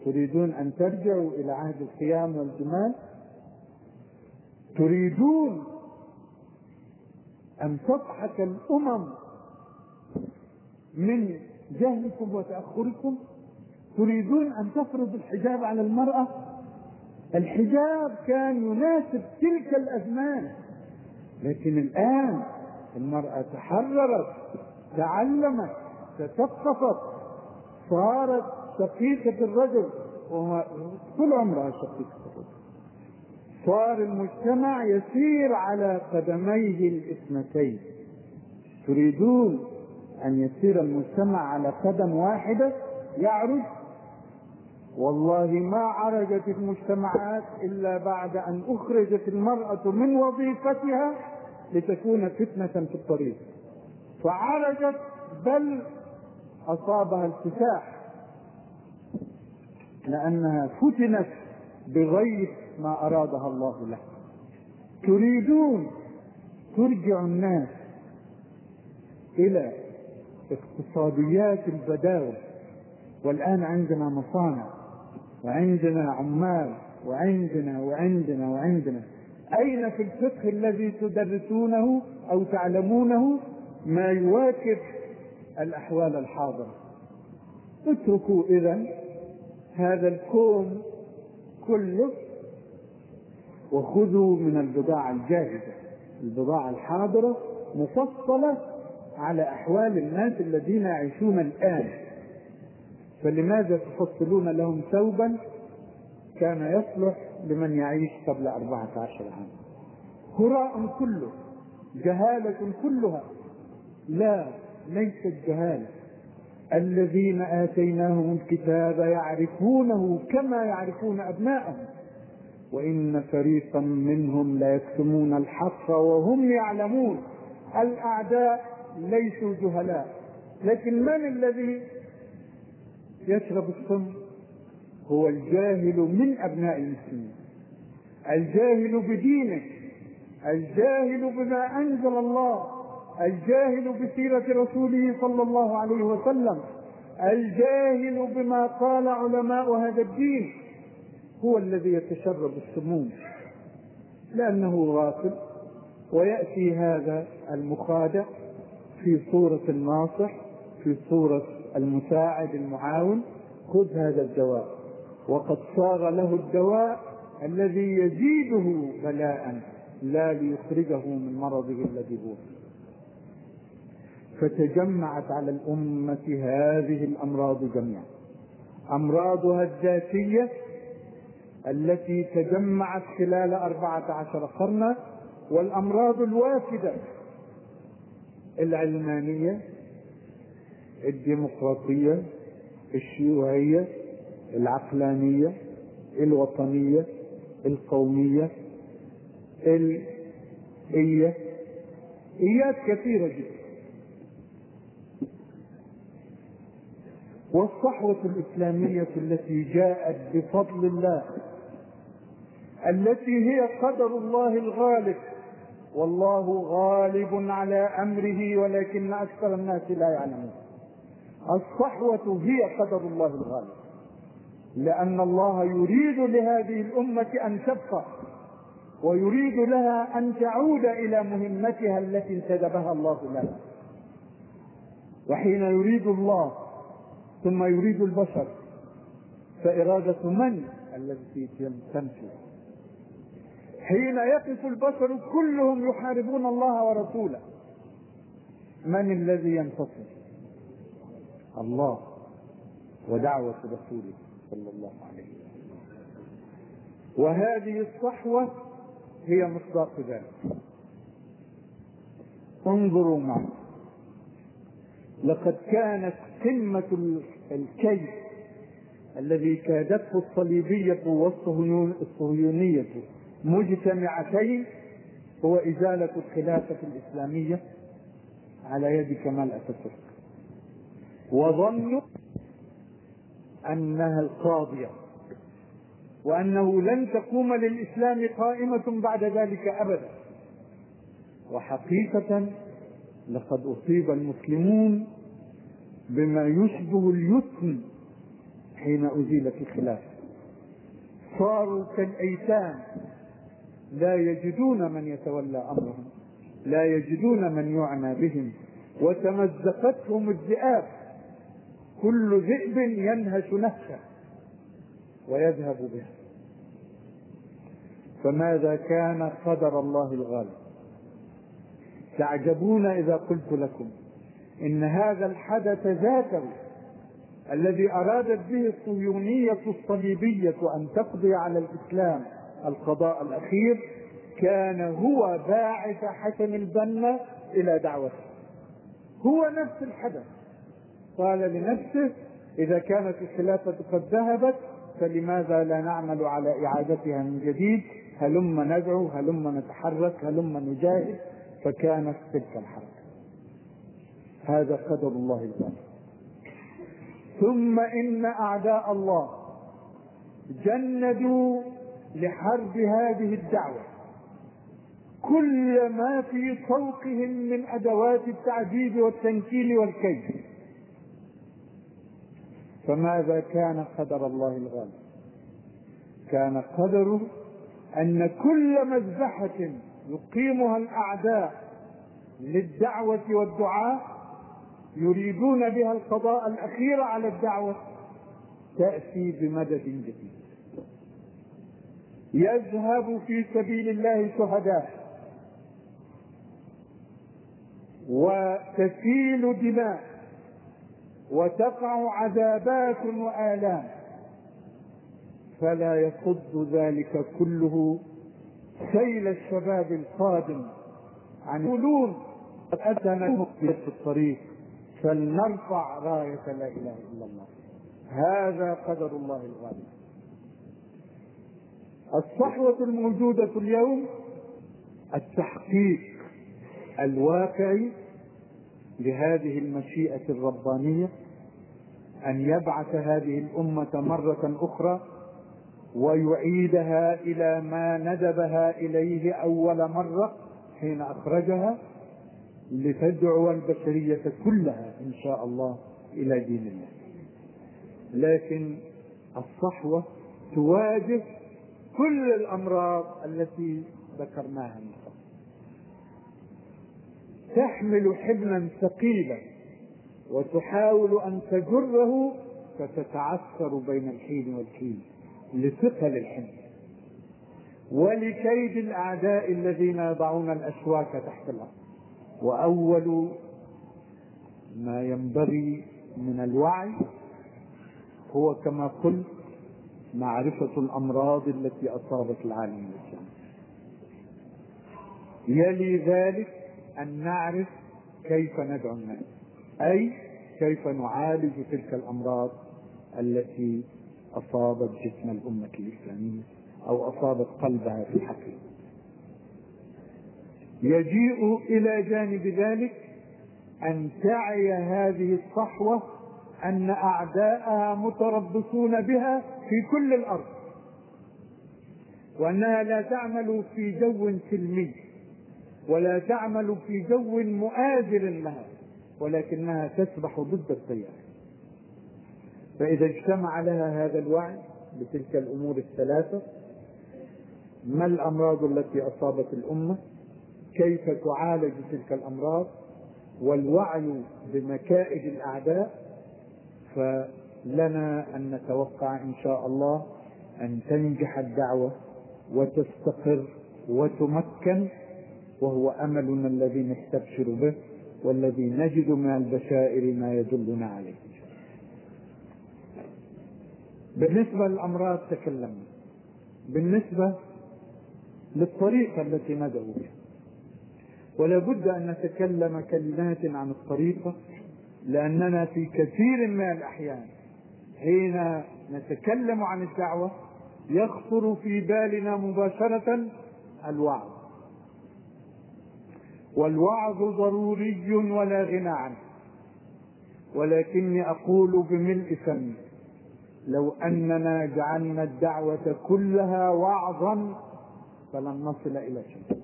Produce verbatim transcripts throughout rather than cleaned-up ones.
تريدون أن ترجعوا إلى عهد الخيام والجمال؟ تريدون أن تضحك الأمم من جهلكم وتأخركم؟ تريدون أن تفرض الحجاب على المرأة؟ الحجاب كان يناسب تلك الأزمان، لكن الآن المرأة تحررت، تعلمت، تثقفت، صارت شقيقة الرجل، وهو طول عمرها شقيقة الرجل. صار المجتمع يسير على قدميه الاثنتين. تريدون أن يسير المجتمع على قدم واحدة يعرج؟ والله ما عرجت المجتمعات إلا بعد أن أخرجت المرأة من وظيفتها لتكون فتنة في الطريق، فعرجت بل أصابها الكفاح لأنها فتنت بغير ما أرادها الله له. تريدون ترجع الناس إلى اقتصاديات البداوة، والآن عندنا مصانع وعندنا عمال وعندنا وعندنا وعندنا. أين في الفقه الذي تدرسونه أو تعلمونه ما يواكب الأحوال الحاضرة؟ اتركوا إذن هذا الكون كله وخذوا من البضاعة الجاهزة، البضاعة الحاضرة مفصلة على أحوال الناس الذين يعيشون الآن. فلماذا تفصلون لهم ثوبا كان يصلح لمن يعيش قبل أربعة عشر عام؟ هراء كله، جهالة كلها. لا، ليست جهالة. الذين آتيناهم الكتاب يعرفونه كما يعرفون أبناءهم، وإن فريقا منهم ليكتمون الحق وهم يعلمون. الأعداء ليسوا جهلاء، لكن من الذي يشرب السم؟ هو الجاهل من أبناء المسلمين، الجاهل بدينه، الجاهل بما أنزل الله، الجاهل بسيرة رسوله صلى الله عليه وسلم، الجاهل بما قال علماء هذا الدين، هو الذي يتشرب السموم لأنه غافل. ويأتي هذا المخادع في صورة الناصح، في صورة المساعد المعاون: خذ هذا الدواء، وقد صار له الدواء الذي يزيده بلاء لا ليخرجه من مرضه الذي هو. فتجمعت على الأمة هذه الأمراض جميعا، أمراضها الذاتية التي تجمعت خلال أربعة عشر قرنا، والأمراض الوافدة: العلمانية، الديمقراطية، الشيوعية، العقلانية، الوطنية، القومية، الإية، إيات كثيرة جدا. والصحوة الإسلامية التي جاءت بفضل الله، التي هي قدر الله الغالب، والله غالب على أمره ولكن أكثر الناس لا يعلمون. الصحوة هي قدر الله الغالب، لأن الله يريد لهذه الأمة أن تبقى، ويريد لها أن تعود إلى مهمتها التي انتدبها الله لها. وحين يريد الله ثم يريد البشر، فإرادة من التي تمشي؟ حين يقف البشر كلهم يحاربون الله ورسوله، من الذي ينتصر؟ الله ودعوة رسوله صلى الله عليه وسلم. وهذه الصحوة هي مصداق ذلك. انظروا معي، لقد كانت قمة الكيد الذي كادته الصليبية والصهيونية مجتمعتين هو إزالة الخلافة الإسلامية على يد كمال أتاتورك، وظنوا أنها القاضية، وأنه لن تقوم للإسلام قائمة بعد ذلك أبدا. وحقيقة لقد أصيب المسلمون بما يشبه اليتم حين أزيلت الخلافة، صاروا كالأيتام لا يجدون من يتولى أمرهم، لا يجدون من يعنى بهم، وتمزقتهم الذئاب، كل ذئب ينهش نهشه ويذهب بها. فماذا كان قدر الله الغالب؟ تعجبون إذا قلت لكم إن هذا الحدث ذاته الذي أرادت به الصهيونية الصليبية أن تقضي على الإسلام القضاء الأخير كان هو باعث حسن البنا إلى دعوته. هو نفس الحدث قال لنفسه إذا كانت الخلافة قد ذهبت فلماذا لا نعمل على إعادتها من جديد؟ هلم ندعو، هلم نتحرك، هلم نجاهد. فكانت تلك الحركة. هذا قدر الله الغالب. ثم إن أعداء الله جندوا لحرب هذه الدعوة كل ما في طوقهم من أدوات التعذيب والتنكيل والكيد. فماذا كان قدر الله الغالب؟ كان قدره أن كل مذبحة يقيمها الأعداء للدعوة والدعاء يريدون بها القضاء الأخير على الدعوة تأتي بمدد جديد. يذهب في سبيل الله شهداء وتسيل دماء وتقع عذابات وآلام، فلا يصد ذلك كله سيل الشباب القادم عن يقولون قد أتنا في الطريق فلنرفع راية لا إله إلا الله. هذا قدر الله الغالب. الصحوة الموجودة اليوم التحقيق الواقعي لهذه المشيئة الربانية أن يبعث هذه الأمة مرة أخرى ويعيدها إلى ما ندبها إليه أول مرة حين أخرجها لتدعو البشرية كلها إن شاء الله إلى دين الله. لكن الصحوة تواجه كل الأمراض التي ذكرناها من قبل، تحمل حملا ثقيلا وتحاول أن تجره فتتعثر بين الحين والحين لثقل الحمل ولكيد الأعداء الذين يضعون الأشواك تحت الأرض. وأول ما ينبغي من الوعي هو كما قلت معرفة الأمراض التي أصابت العالم الإسلامي. يلي ذلك أن نعرف كيف ندعو الناس، أي كيف نعالج تلك الأمراض التي أصابت جسم الأمة الإسلامية أو أصابت قلبها في الحقيقة. يجيء إلى جانب ذلك أن تعي هذه الصحوة أن أعداءها متربصون بها في كل الأرض، وأنها لا تعمل في جو سلمي ولا تعمل في جو مؤازر لها، ولكنها تسبح ضد التيار. فإذا اجتمع لها هذا الوعي بتلك الأمور الثلاثة: ما الأمراض التي أصابت الأمة، كيف تعالج تلك الأمراض، والوعي بمكائد الأعداء، فلنا أن نتوقع إن شاء الله أن تنجح الدعوة وتستقر وتمكن، وهو أملنا الذي نستبشر به والذي نجد من البشائر ما يدلنا عليه. بالنسبة للأمراض تكلمنا، بالنسبة للطريقة التي ندعو بها، ولا بد أن نتكلم كلمات عن الطريقة، لأننا في كثير من الأحيان حين نتكلم عن الدعوة يخطر في بالنا مباشرة الوعظ، والوعظ ضروري ولا غنى عنه، ولكني أقول بملء فمي: لو أننا جعلنا الدعوة كلها وعظا فلن نصل إلى شيء.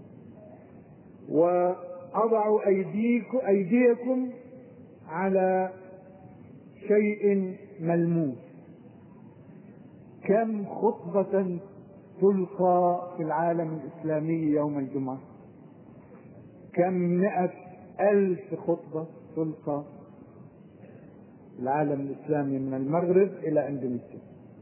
وأضع أيديكم, أيديكم على شيء ملموس كم خطبة تلقى في العالم الإسلامي يوم الجمعة؟ كم مئة ألف خطبة تلقى في العالم الإسلامي من المغرب إلى أندونيسيا؟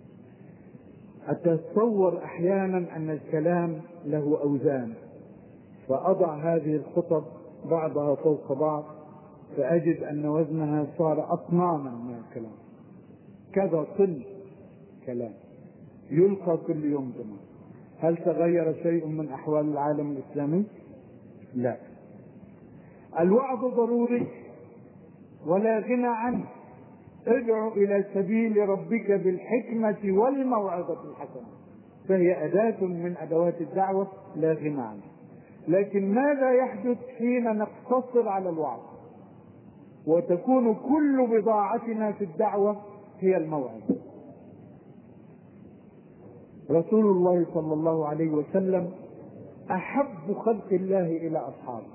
أتصور أحيانا أن الكلام له أوزان، فأضع هذه الخطب بعضها فوق بعض فأجد أن وزنها صار أطنانا من الكلام، كذا طن كلام يلقى كل يوم جمعة. هل تغير شيء من أحوال العالم الإسلامي؟ لا. الوعظ ضروري ولا غنى عنه. ادع إلى سبيل ربك بالحكمة والموعظة الحسنة، فهي أداة من أدوات الدعوة لا غنى عنها. لكن ماذا يحدث حين نقتصر على الوعظ وتكون كل بضاعتنا في الدعوة هي الموعظة؟ رسول الله صلى الله عليه وسلم أحب خلق الله إلى أصحابه.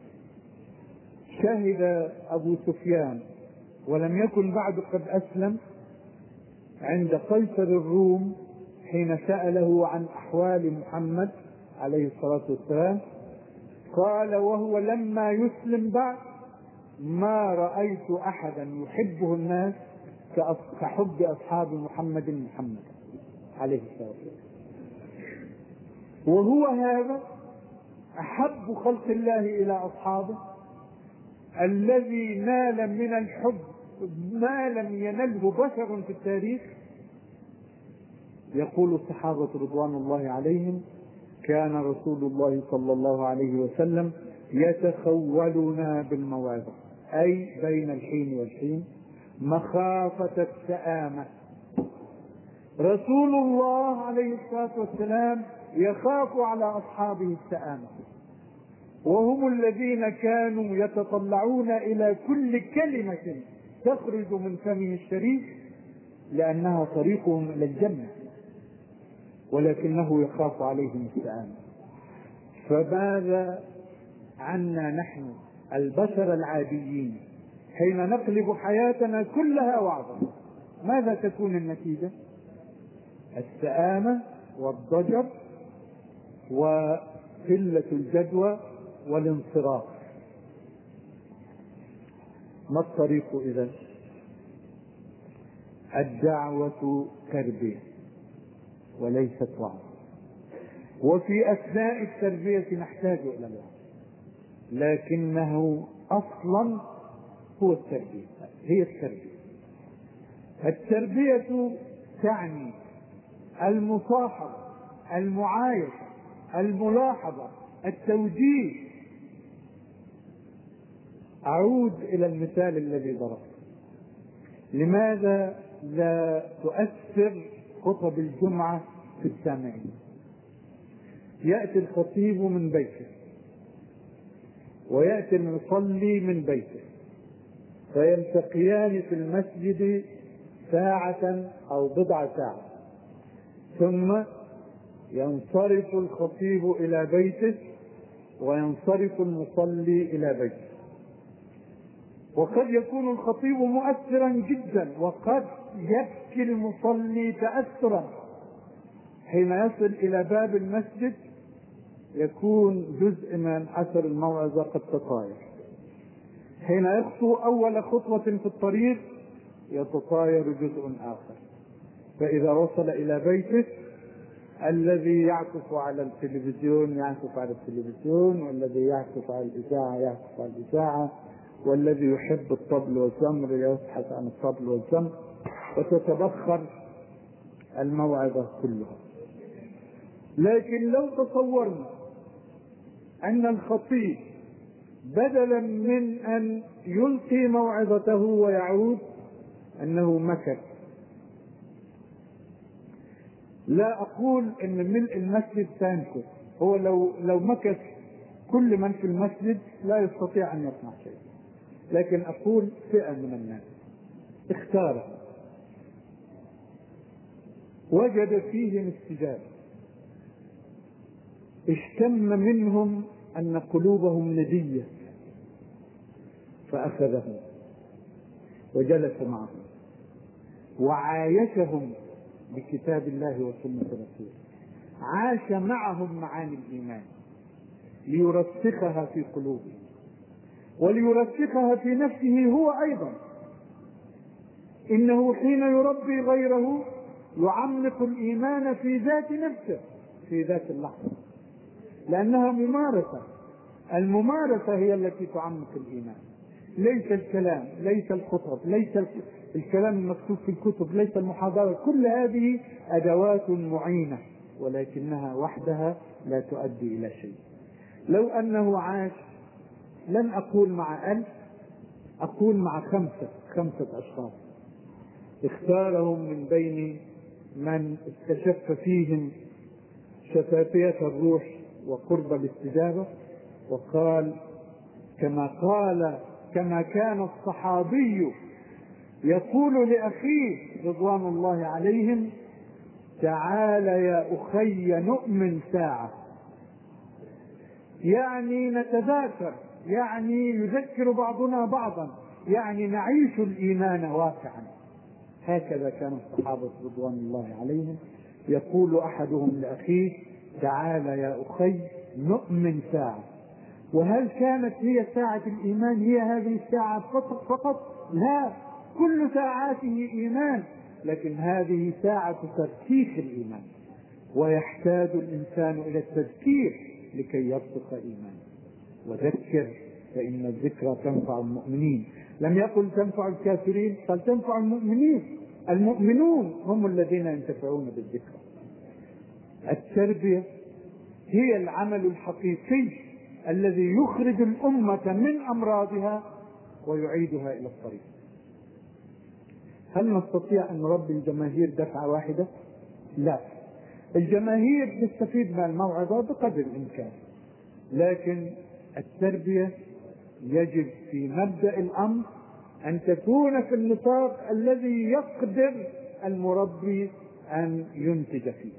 شهد أبو سفيان ولم يكن بعد قد أسلم عند قيصر الروم حين سأله عن أحوال محمد عليه الصلاة والسلام، قال وهو لما يسلم بعد: ما رأيت أحدا يحبه الناس كحب أصحاب محمد محمد عليه الصلاة والسلام. وهو هذا أحب خلق الله إلى أصحابه الذي نال من الحب ما لم ينله بشر في التاريخ. يقول الصحابة رضوان الله عليهم: كان رسول الله صلى الله عليه وسلم يتخولنا بالمواعظ، أي بين الحين والحين، مخافة السآمة. رسول الله عليه الصلاة والسلام يخاف على أصحابه السآمة، وهم الذين كانوا يتطلعون إلى كل كلمة تخرج من فمه الشريف لأنها طريقهم إلى الجنة، ولكنه يخاف عليهم السآمة. فماذا عنا نحن البشر العاديين حين نقلب حياتنا كلها وعظا؟ ماذا تكون النتيجة؟ السآمة والضجر وقلة الجدوى والانصراف. ما الطريق إذن؟ الدعوة تربية وليست وعظ، وفي أثناء التربية نحتاج إلى الوعظ، لكنه أصلا هو التربية، هي التربية. التربية تعني المصاحبة، المعايشة، الملاحظة، التوجيه. أعود إلى المثال الذي ضربته. لماذا لا تؤثر خطب الجمعة في السامعين؟ يأتي الخطيب من بيته ويأتي المصلي من بيته، فيلتقيان في المسجد ساعة أو بضع ساعة، ثم ينصرف الخطيب إلى بيته وينصرف المصلي إلى بيته. وقد يكون الخطيب مؤثرا جدا، وقد يبكي المصلي تأثرا. حين يصل إلى باب المسجد يكون جزء من أثر الموعظة قد تطاير. حين يخطو أول خطوة في الطريق يتطاير جزء آخر. فإذا وصل إلى بيته الذي يعكف على التلفزيون يعكف على التلفزيون، والذي يعكف على الإذاعة يعكف على الإذاعة، والذي يحب الطبل والزمر يبحث عن الطبل والزمر، وتتبخر الموعظة كلها. لكن لو تصورنا أن الخطيب بدلا من أن يلقي موعظته ويعود أنه مكث، لا أقول أن ملء المسجد سيمكث، هو لو لو مكث كل من في المسجد لا يستطيع أن يصنع شيء، لكن أقول فئة من الناس اختار وجد فيهم استجابة، اشتم منهم أن قلوبهم ندية، فأخذهم وجلس معهم وعايشهم بكتاب الله وسنة رسوله، عاش معهم معاني الإيمان ليرسخها في قلوبهم وليرسخها في نفسه هو أيضا. إنه حين يربي غيره يعمق الإيمان في ذات نفسه في ذات اللحظة، لأنها ممارسة. الممارسة هي التي تعمق الإيمان، ليس الكلام، ليس الخطب، ليس الكلام المكتوب في الكتب، ليس المحاضرة. كل هذه أدوات معينة ولكنها وحدها لا تؤدي إلى شيء. لو أنه عاش، لن أقول مع ألف، أقول مع خمسة خمسة أشخاص اختارهم من بين من استشف فيهم شفافية الروح وقرب الاستجابة، وقال كما قال كما كان الصحابي يقول لأخيه رضوان الله عليهم: تعال يا أخي نؤمن ساعة. يعني نتذاكر، يعني يذكر بعضنا بعضا، يعني نعيش الإيمان واقعا. هكذا كان الصحابة رضوان الله عليهم. يقول أحدهم لأخيه: تعال يا أخي نؤمن ساعة. وهل كانت هي ساعة الإيمان هي هذه الساعة فقط فقط؟ لا، كل ساعاته إيمان، لكن هذه ساعة ترسيخ الإيمان، ويحتاج الإنسان إلى التذكير لكي يرسخ إيمانه. وذكر فإن الذكرى تنفع المؤمنين. لم يقل تنفع الكافرين، قال تنفع المؤمنين. المؤمنون هم الذين ينتفعون بالذكرى. التربية هي العمل الحقيقي الذي يخرج الأمة من أمراضها ويعيدها إلى الطريق. هل نستطيع أن نربي الجماهير دفعة واحدة؟ لا، الجماهير تستفيد من الموعظة بقدر الإمكان، لكن التربية يجب في مبدأ الأمر أن تكون في النطاق الذي يقدر المربي أن ينتج فيه.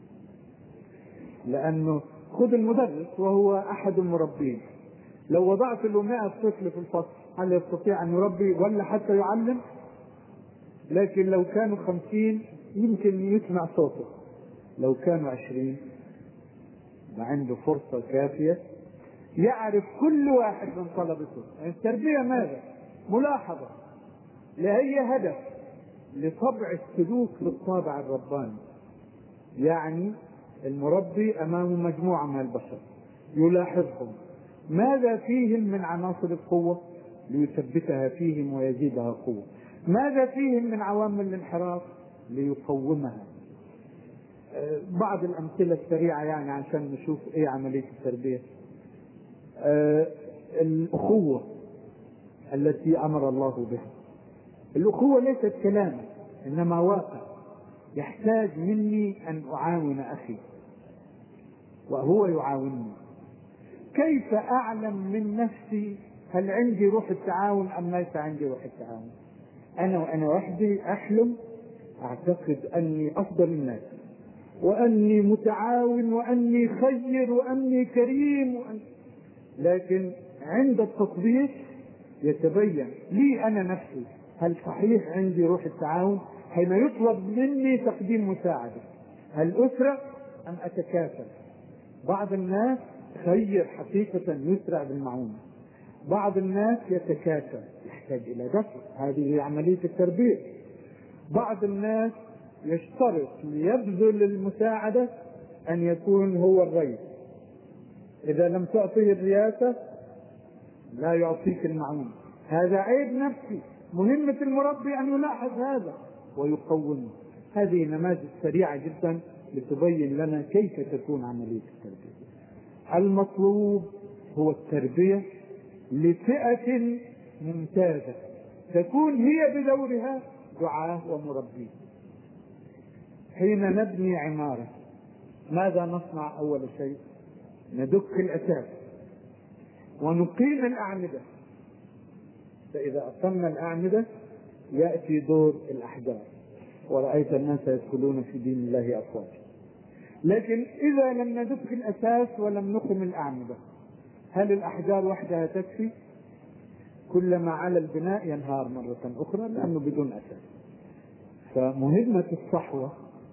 لأنه خذ المدرس وهو أحد المربين، لو وضعت له مئة طفل في الفصل هل يستطيع أن يربي ولا حتى يعلم؟ لكن لو كانوا خمسين يمكن يسمع صوته، لو كانوا عشرين عنده فرصة كافية يعرف كل واحد من طلبته. يعني التربية ماذا؟ ملاحظة لأي هدف، لطبع السلوك بالطابع الرباني. يعني المربي أمامه مجموعة من البشر يلاحظهم، ماذا فيهم من عناصر القوة ليثبتها فيهم ويزيدها قوة، ماذا فيهم من عوامل الانحراف ليقومها. بعض الأمثلة السريعة يعني عشان نشوف إيه عملية التربية. الأخوة التي أمر الله بها، الأخوة ليست كلاما إنما واقع. يحتاج مني أن أعاون أخي وهو يعاونني. كيف أعلم من نفسي هل عندي روح التعاون أم ليس عندي روح التعاون؟ أنا وأنا وحدي أحلم أعتقد أني أفضل الناس وأني متعاون وأني خير وأني كريم وأن... لكن عند التطبيق يتبين لي أنا نفسي هل صحيح عندي روح التعاون حين يطلب مني تقديم مساعدة. هل أسرع أم أتكاسل؟ بعض الناس خير حقيقة يسرع بالمعونة، بعض الناس يتكاسل يحتاج إلى دفع، هذه عملية التربية. بعض الناس يشترط ليبذل المساعدة أن يكون هو الرئيس، إذا لم تعطيه الرئاسة لا يعطيك المعونة. هذا عيب نفسي. مهمة المربي أن يلاحظ هذا ويقومه. هذه نماذج سريعة جدا لتبين لنا كيف تكون عملية التربية. المطلوب هو التربية لفئة ممتازة تكون هي بدورها دعاة ومربين. حين نبني عمارة ماذا نصنع؟ أول شيء ندك الأساس ونقيم الأعمدة، فإذا أقمنا الأعمدة يأتي دور الأحجار، ورأيت الناس يدخلون في دين الله أفواجا. لكن إذا لم ندك الأساس ولم نقم الأعمدة هل الأحجار وحدها تكفي؟ كلما على البناء ينهار مرة أخرى لأنه بدون أساس. فمهمة الصحوة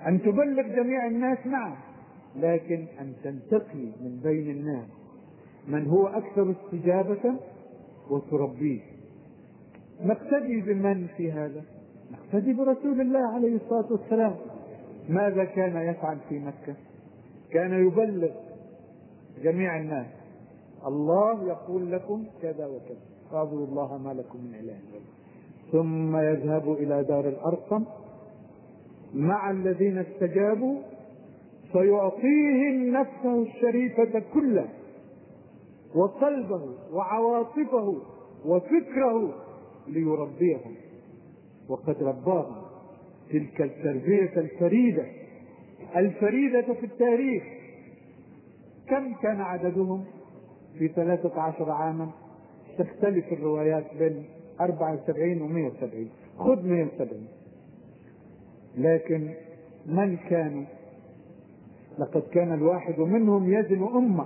أن تبلغ جميع الناس نعم، لكن أن تنتقي من بين الناس من هو أكثر استجابة وتربيه. نقتدي بمن في هذا؟ نقتدي برسول الله عليه الصلاة والسلام. ماذا كان يفعل في مكة؟ كان يبلغ جميع الناس الله يقول لكم كذا وكذا، فاعبدوا الله ما لكم من إله غيره. ثم يذهب إلى دار الأرقم مع الذين استجابوا فيعطيهم نفسه الشريفة كله وقلبه وعواطفه وفكره ليربيهم، وقد رباهم تلك التربية الفريدة الفريدة في التاريخ. كم كان عددهم في ثلاثة عشر عاما؟ تختلف الروايات بين أربعة وسبعين ومئة وسبعين، خذ مئة وسبعين. لكن من كانوا؟ لقد كان الواحد منهم يزن أمة.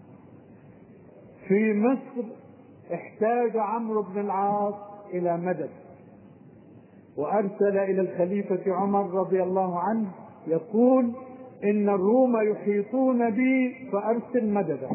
في مصر احتاج عمرو بن العاص إلى مدد، وأرسل إلى الخليفة عمر رضي الله عنه يقول إن الروم يحيطون بي فأرسل مددا.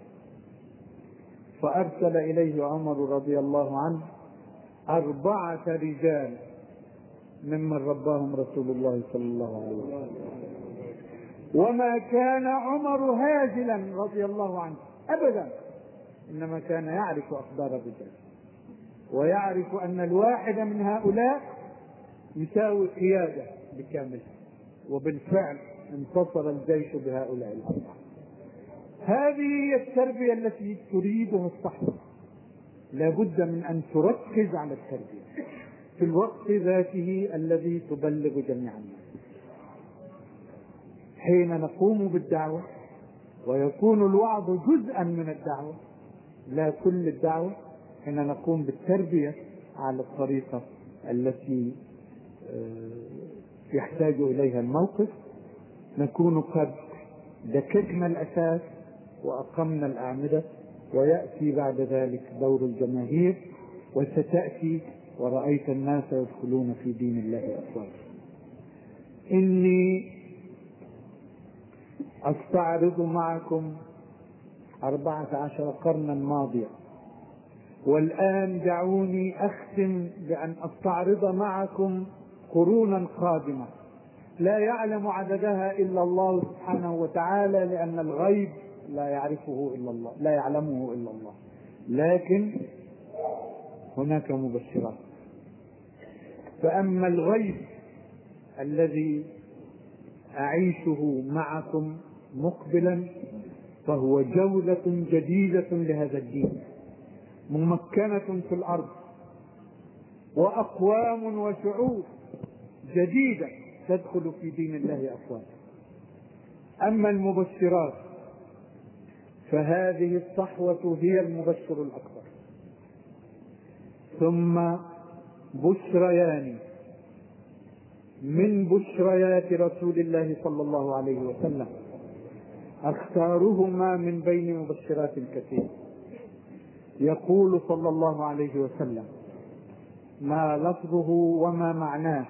فأرسل إليه عمر رضي الله عنه أربعة رجال ممن رباهم رسول الله صلى الله عليه وسلم. وما كان عمر هازلا رضي الله عنه أبدا، إنما كان يعرف أقدار الرجال ويعرف أن الواحد من هؤلاء يساوي قيادة بكاملها. وبالفعل انتصر الجيش بهؤلاء الأربعة. هذه هي التربية التي تريدها الصحوة. لا بد من أن تركز على التربية في الوقت ذاته الذي تبلغ جميع الناس. حين نقوم بالدعوة ويكون الوعظ جزءا من الدعوة لا كل الدعوة، حين نقوم بالتربية على الطريقة التي يحتاج إليها الموقف، نكون قد دككنا الأساس وأقمنا الأعمدة، ويأتي بعد ذلك دور الجماهير، وستأتي ورأيت الناس يدخلون في دين الله أفواجا. إني أستعرض معكم أربعة عشر قرنا ماضية، والآن دعوني أختم بأن أستعرض معكم قرونا قادمة لا يعلم عددها إلا الله سبحانه وتعالى، لأن الغيب لا يعرفه إلا الله، لا يعلمه إلا الله. لكن هناك مبشرات. فأما الغيب الذي أعيشه معكم مقبلا فهو جولة جديدة لهذا الدين ممكنة في الأرض، وأقوام وشعوب جديدة تدخل في دين الله أفواجا. أما المبشرات فهذه الصحوة هي المبشر الأكبر. ثم بشريان من بشريات رسول الله صلى الله عليه وسلم أختارهما من بين مبشرات كثير. يقول صلى الله عليه وسلم ما لفظه وما معناه: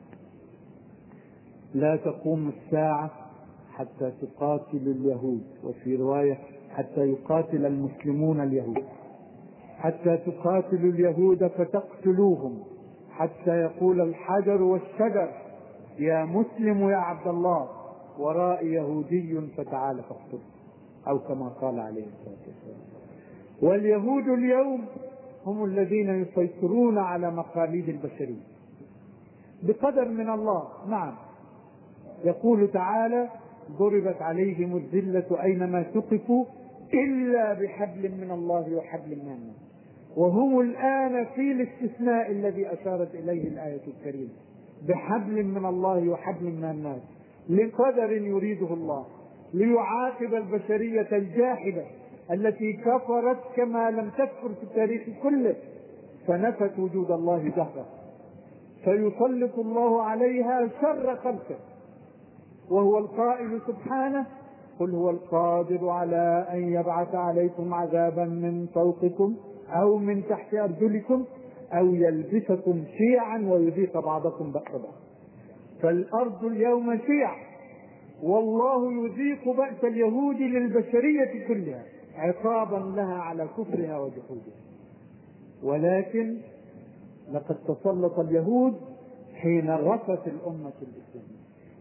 لا تقوم الساعة حتى تقاتل اليهود، وفي رواية حتى يقاتل المسلمون اليهود، حتى تقاتل اليهود فتقتلوهم، حتى يقول الحجر والشجر يا مسلم يا عبد الله، ورائي يهودي فتعال فاقتله، أو كما قال عليه الصلاة والسلام. واليهود اليوم هم الذين يسيطرون على مقاليد البشرية بقدر من الله. نعم، يقول تعالى ضربت عليهم الذلة أينما ثقفوا إلا بحبل من الله وحبل من الناس. وهم الآن في الاستثناء الذي أشارت إليه الآية الكريمة، بحبل من الله وحبل من الناس، لقدر يريده الله ليعاقب البشرية الجاحدة التي كفرت كما لم تكفر في التاريخ كله، فنفت وجود الله دهرا، فيسلط الله عليها شر خلقه، وهو القائل سبحانه قل هو القادر على أن يبعث عليكم عذابا من فوقكم أو من تحت أرجلكم أو يلبسكم شيعا ويذيق بعضكم بأس بعض. فالأرض اليوم شيع، والله يذيق بأس اليهود للبشرية كلها عقابا لها على كفرها وجحودها. ولكن لقد تسلط اليهود حين رفت الأمة الإسلامية.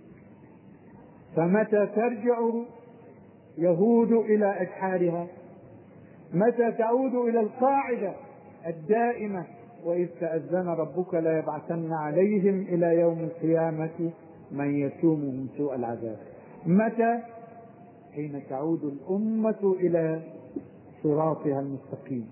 فمتى ترجع يهود إلى أجحارها؟ متى تعود إلى القاعدة الدائمة وإذ تأذن ربك لا يبعثن عليهم إلى يوم القيامة من يسومهم سوء العذاب؟ متى؟ حين تعود الأمة إلى صراطها المستقيم،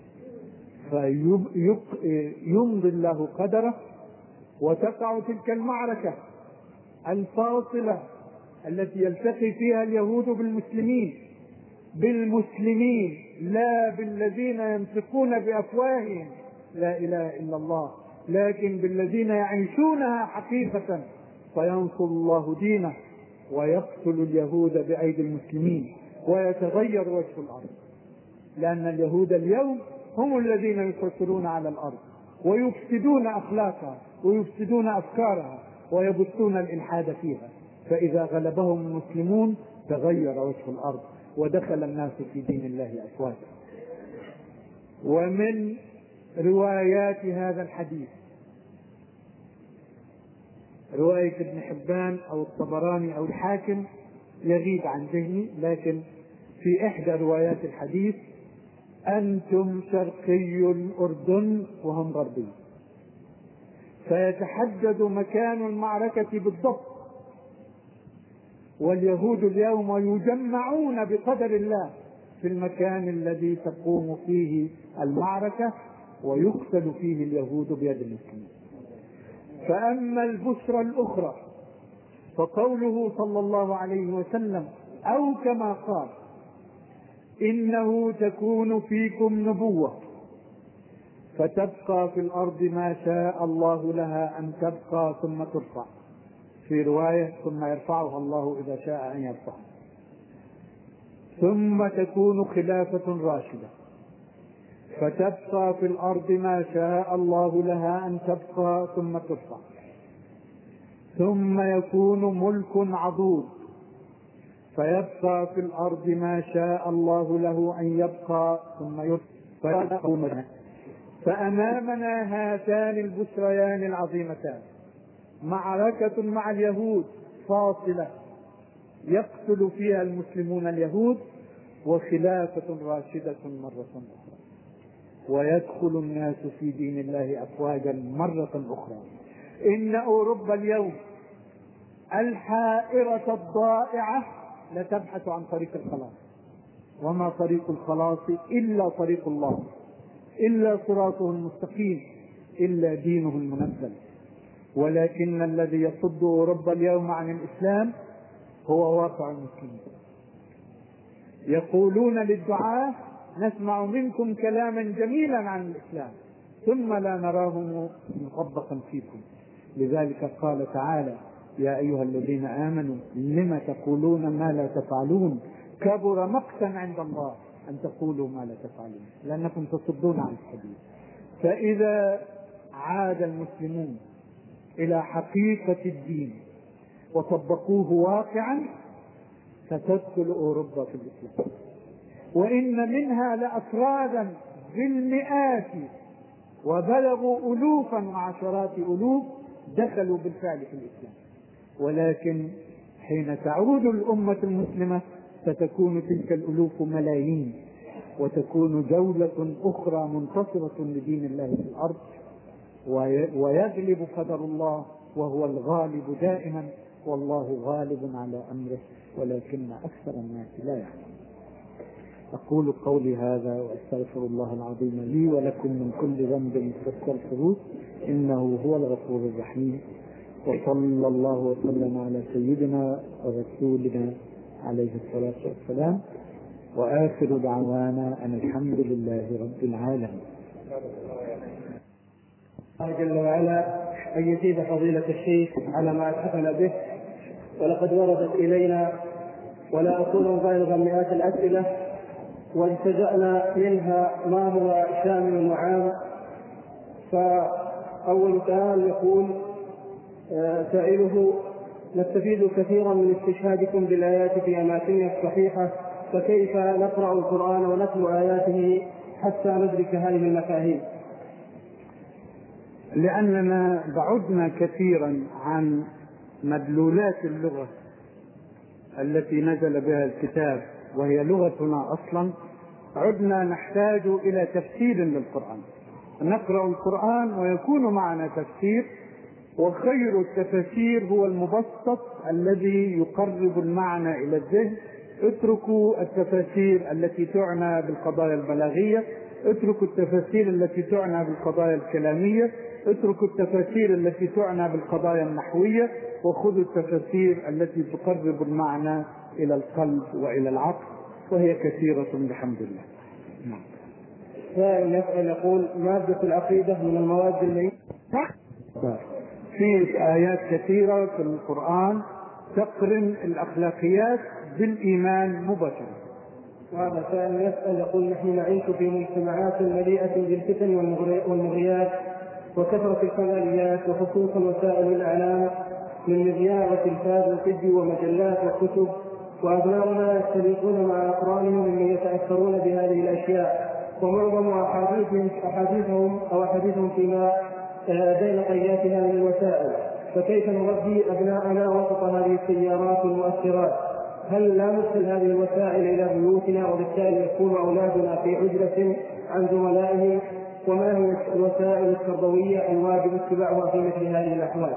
فيمضي الله قدره وتقع تلك المعركة الفاصلة التي يلتقي فيها اليهود بالمسلمين بالمسلمين لا بالذين ينطقون بأفواههم لا إله إلا الله، لكن بالذين يعيشونها حقيقة، فينصر الله دينه ويقتل اليهود بأيدي المسلمين ويتغير وجه الأرض. لأن اليهود اليوم هم الذين يسيطرون على الأرض ويفسدون أخلاقها ويفسدون أفكارها ويبثون الإلحاد فيها. فإذا غلبهم المسلمون تغير وجه الأرض ودخل الناس في دين الله أفواجا. ومن روايات هذا الحديث رواية ابن حبان أو الطبراني أو الحاكم يغيب عن ذهني، لكن في إحدى روايات الحديث: أنتم شرقي الأردن وهم غربي. فيتحدد مكان المعركة بالضبط، واليهود اليوم يجمعون بقدر الله في المكان الذي تقوم فيه المعركة ويقتل فيه اليهود بيد المسلمين. فأما البشرى الأخرى فقوله صلى الله عليه وسلم أو كما قال: إنه تكون فيكم نبوة فتبقى في الأرض ما شاء الله لها أن تبقى ثم ترفع، في رواية ثم يرفعها الله إذا شاء أن يرفع، ثم تكون خلافة راشدة فتبقى في الأرض ما شاء الله لها أن تبقى ثم ترفع، ثم يكون ملك عضوض فيبقى في الأرض ما شاء الله له أن يبقى ثم يرفع. فأمامنا هاتان البشريان العظيمتان: معركة مع اليهود فاصلة يقتل فيها المسلمون اليهود، وخلافة راشدة مرة أخرى ويدخل الناس في دين الله أفواجا مرة أخرى. إن أوروبا اليوم الحائرة الضائعة لتبحث عن طريق الخلاص، وما طريق الخلاص إلا طريق الله، إلا صراطه المستقيم، إلا دينه المنزل. ولكن الذي يصد أوروبا اليوم عن الإسلام هو واقع المسلمين. يقولون للدعاة: نسمع منكم كلاما جميلا عن الإسلام ثم لا نراه مطبقا فيكم. لذلك قال تعالى: يا أيها الذين آمنوا لم تقولون ما لا تفعلون كبر مقتا عند الله أن تقولوا ما لا تفعلون، لأنكم تصدون عن السبيل. فإذا عاد المسلمون إلى حقيقة الدين وطبقوه واقعا ستدخل أوروبا في الإسلام، وإن منها لأفرادا بالمئات وبلغوا ألوفا وعشرات ألوف دخلوا بالفعل في الإسلام. ولكن حين تعود الأمة المسلمة ستكون تلك الألوف ملايين، وتكون جولة أخرى منتصرة لدين الله في الأرض، ويغلب قدر الله وهو الغالب دائما، والله غالب على أمره ولكن أكثر الناس لا يعلمون. أقول قولي هذا وأستغفر الله العظيم لي ولكم من كل ذنب فاستغفروه إنه هو الغفور الرحيم. وصلى الله وسلم على سيدنا ورسولنا عليه الصلاة والسلام، وآخر دعوانا أن الحمد لله رب العالمين. الله جل وعلا أن يزيد فضيلة الشيخ على ما أتحفنا به. ولقد وردت إلينا ولا أكون بالغا مئات الأسئلة، وانتزعنا منها ما هو شامل وعام. فأول سؤال يقول سائله: نستفيد كثيرا من استشهادكم بالآيات في أماكنها الصحيحة، فكيف نقرأ القرآن ونتلو آياته حتى ندرك هذه المفاهيم؟ لأننا بعدنا كثيرا عن مدلولات اللغة التي نزل بها الكتاب وهي لغتنا أصلا. عدنا نحتاج إلى تفسير للقرآن، نقرأ القرآن ويكون معنا تفسير، وخير التفسير هو المبسط الذي يقرب المعنى إلى الذهن. اتركوا التفاسير التي تعنى بالقضايا البلاغية، اتركوا التفاسير التي تعنى بالقضايا الكلامية، اتركوا التفاسير التي تعنى بالقضايا النحوية، وخذوا التفاسير التي تقرب المعنى إلى القلب وإلى العقل، وهي كثيرة بحمد الله. نعم. سائل يسأل يقول: مادة العقيدة من المواد اللي في آيات كثيرة في القرآن تقرن الأخلاقيات بالإيمان مباشرة. وهذا سائل يسأل يقول: نحن نعيش في مجتمعات مليئة بالفتن والمغريات وكثرة الكماليات، وخصوصا وسائل الإعلام من مذياع وتلفاز وفيديو ومجلات وكتب، وأبناؤنا يختلطون مع أقرانهم ممن يتأثرون بهذه الأشياء، ومعظم أحاديثهم أحاديثهم أو أحاديثهم فيما بين طيات هذه الوسائل، فكيف نربي أبناءنا وسط هذه السيارات والمؤثرات؟ هل لا ندخل هذه الوسائل إلى بيوتنا وبالتالي يكون أولادنا في عزلة عن زملائهم؟ وما هي الوسائل التربوية الواجب اتباعها في مثل هذه الأحوال؟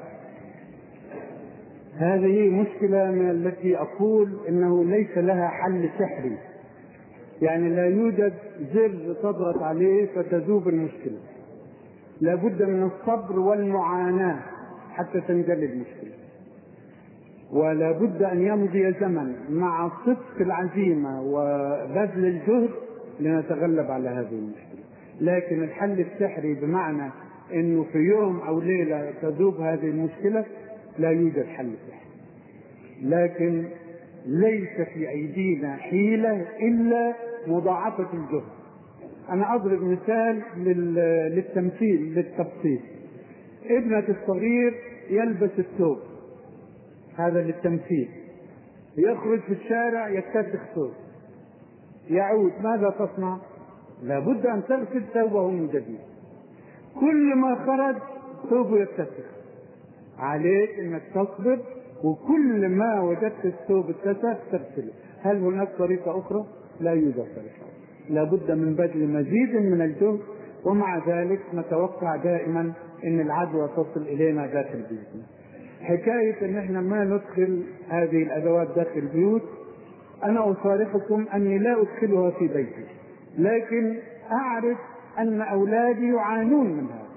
هذه مشكلة من التي أقول إنه ليس لها حل سحري، يعني لا يوجد زر تضغط عليه فتذوب المشكلة. لا بد من الصبر والمعاناة حتى تنجلي المشكلة، ولا بد أن يمضي زمن مع صدق العزيمة وبذل الجهد لنتغلب على هذه المشكلة. لكن الحل السحري بمعنى أنه في يوم أو ليلة تذوب هذه المشكلة لا يوجد حل سحري، لكن ليس في أيدينا حيلة إلا مضاعفة الجهد. أنا أضرب مثال للتمثيل للتبسيط. ابنة الصغير يلبس الثوب، هذا للتمثيل، يخرج في الشارع يكتسخ ثوب، يعود ماذا تصنع؟ لابد أن تغسل ثوبه من جديد. كل ما خرج ثوبه يكتسخ، عليك أنك تصبر، وكل ما وجدت الثوب اتسخ تغسله. هل هناك طريقة أخرى؟ لا يوجد طريقة. لابد من بذل مزيد من الجهد، ومع ذلك نتوقع دائما ان العدوى تصل الينا داخل بيوتنا. حكاية ان احنا ما ندخل هذه الادوات داخل البيوت، انا اصارحكم اني لا ادخلها في بيتي، لكن اعرف ان اولادي يعانون من هذا.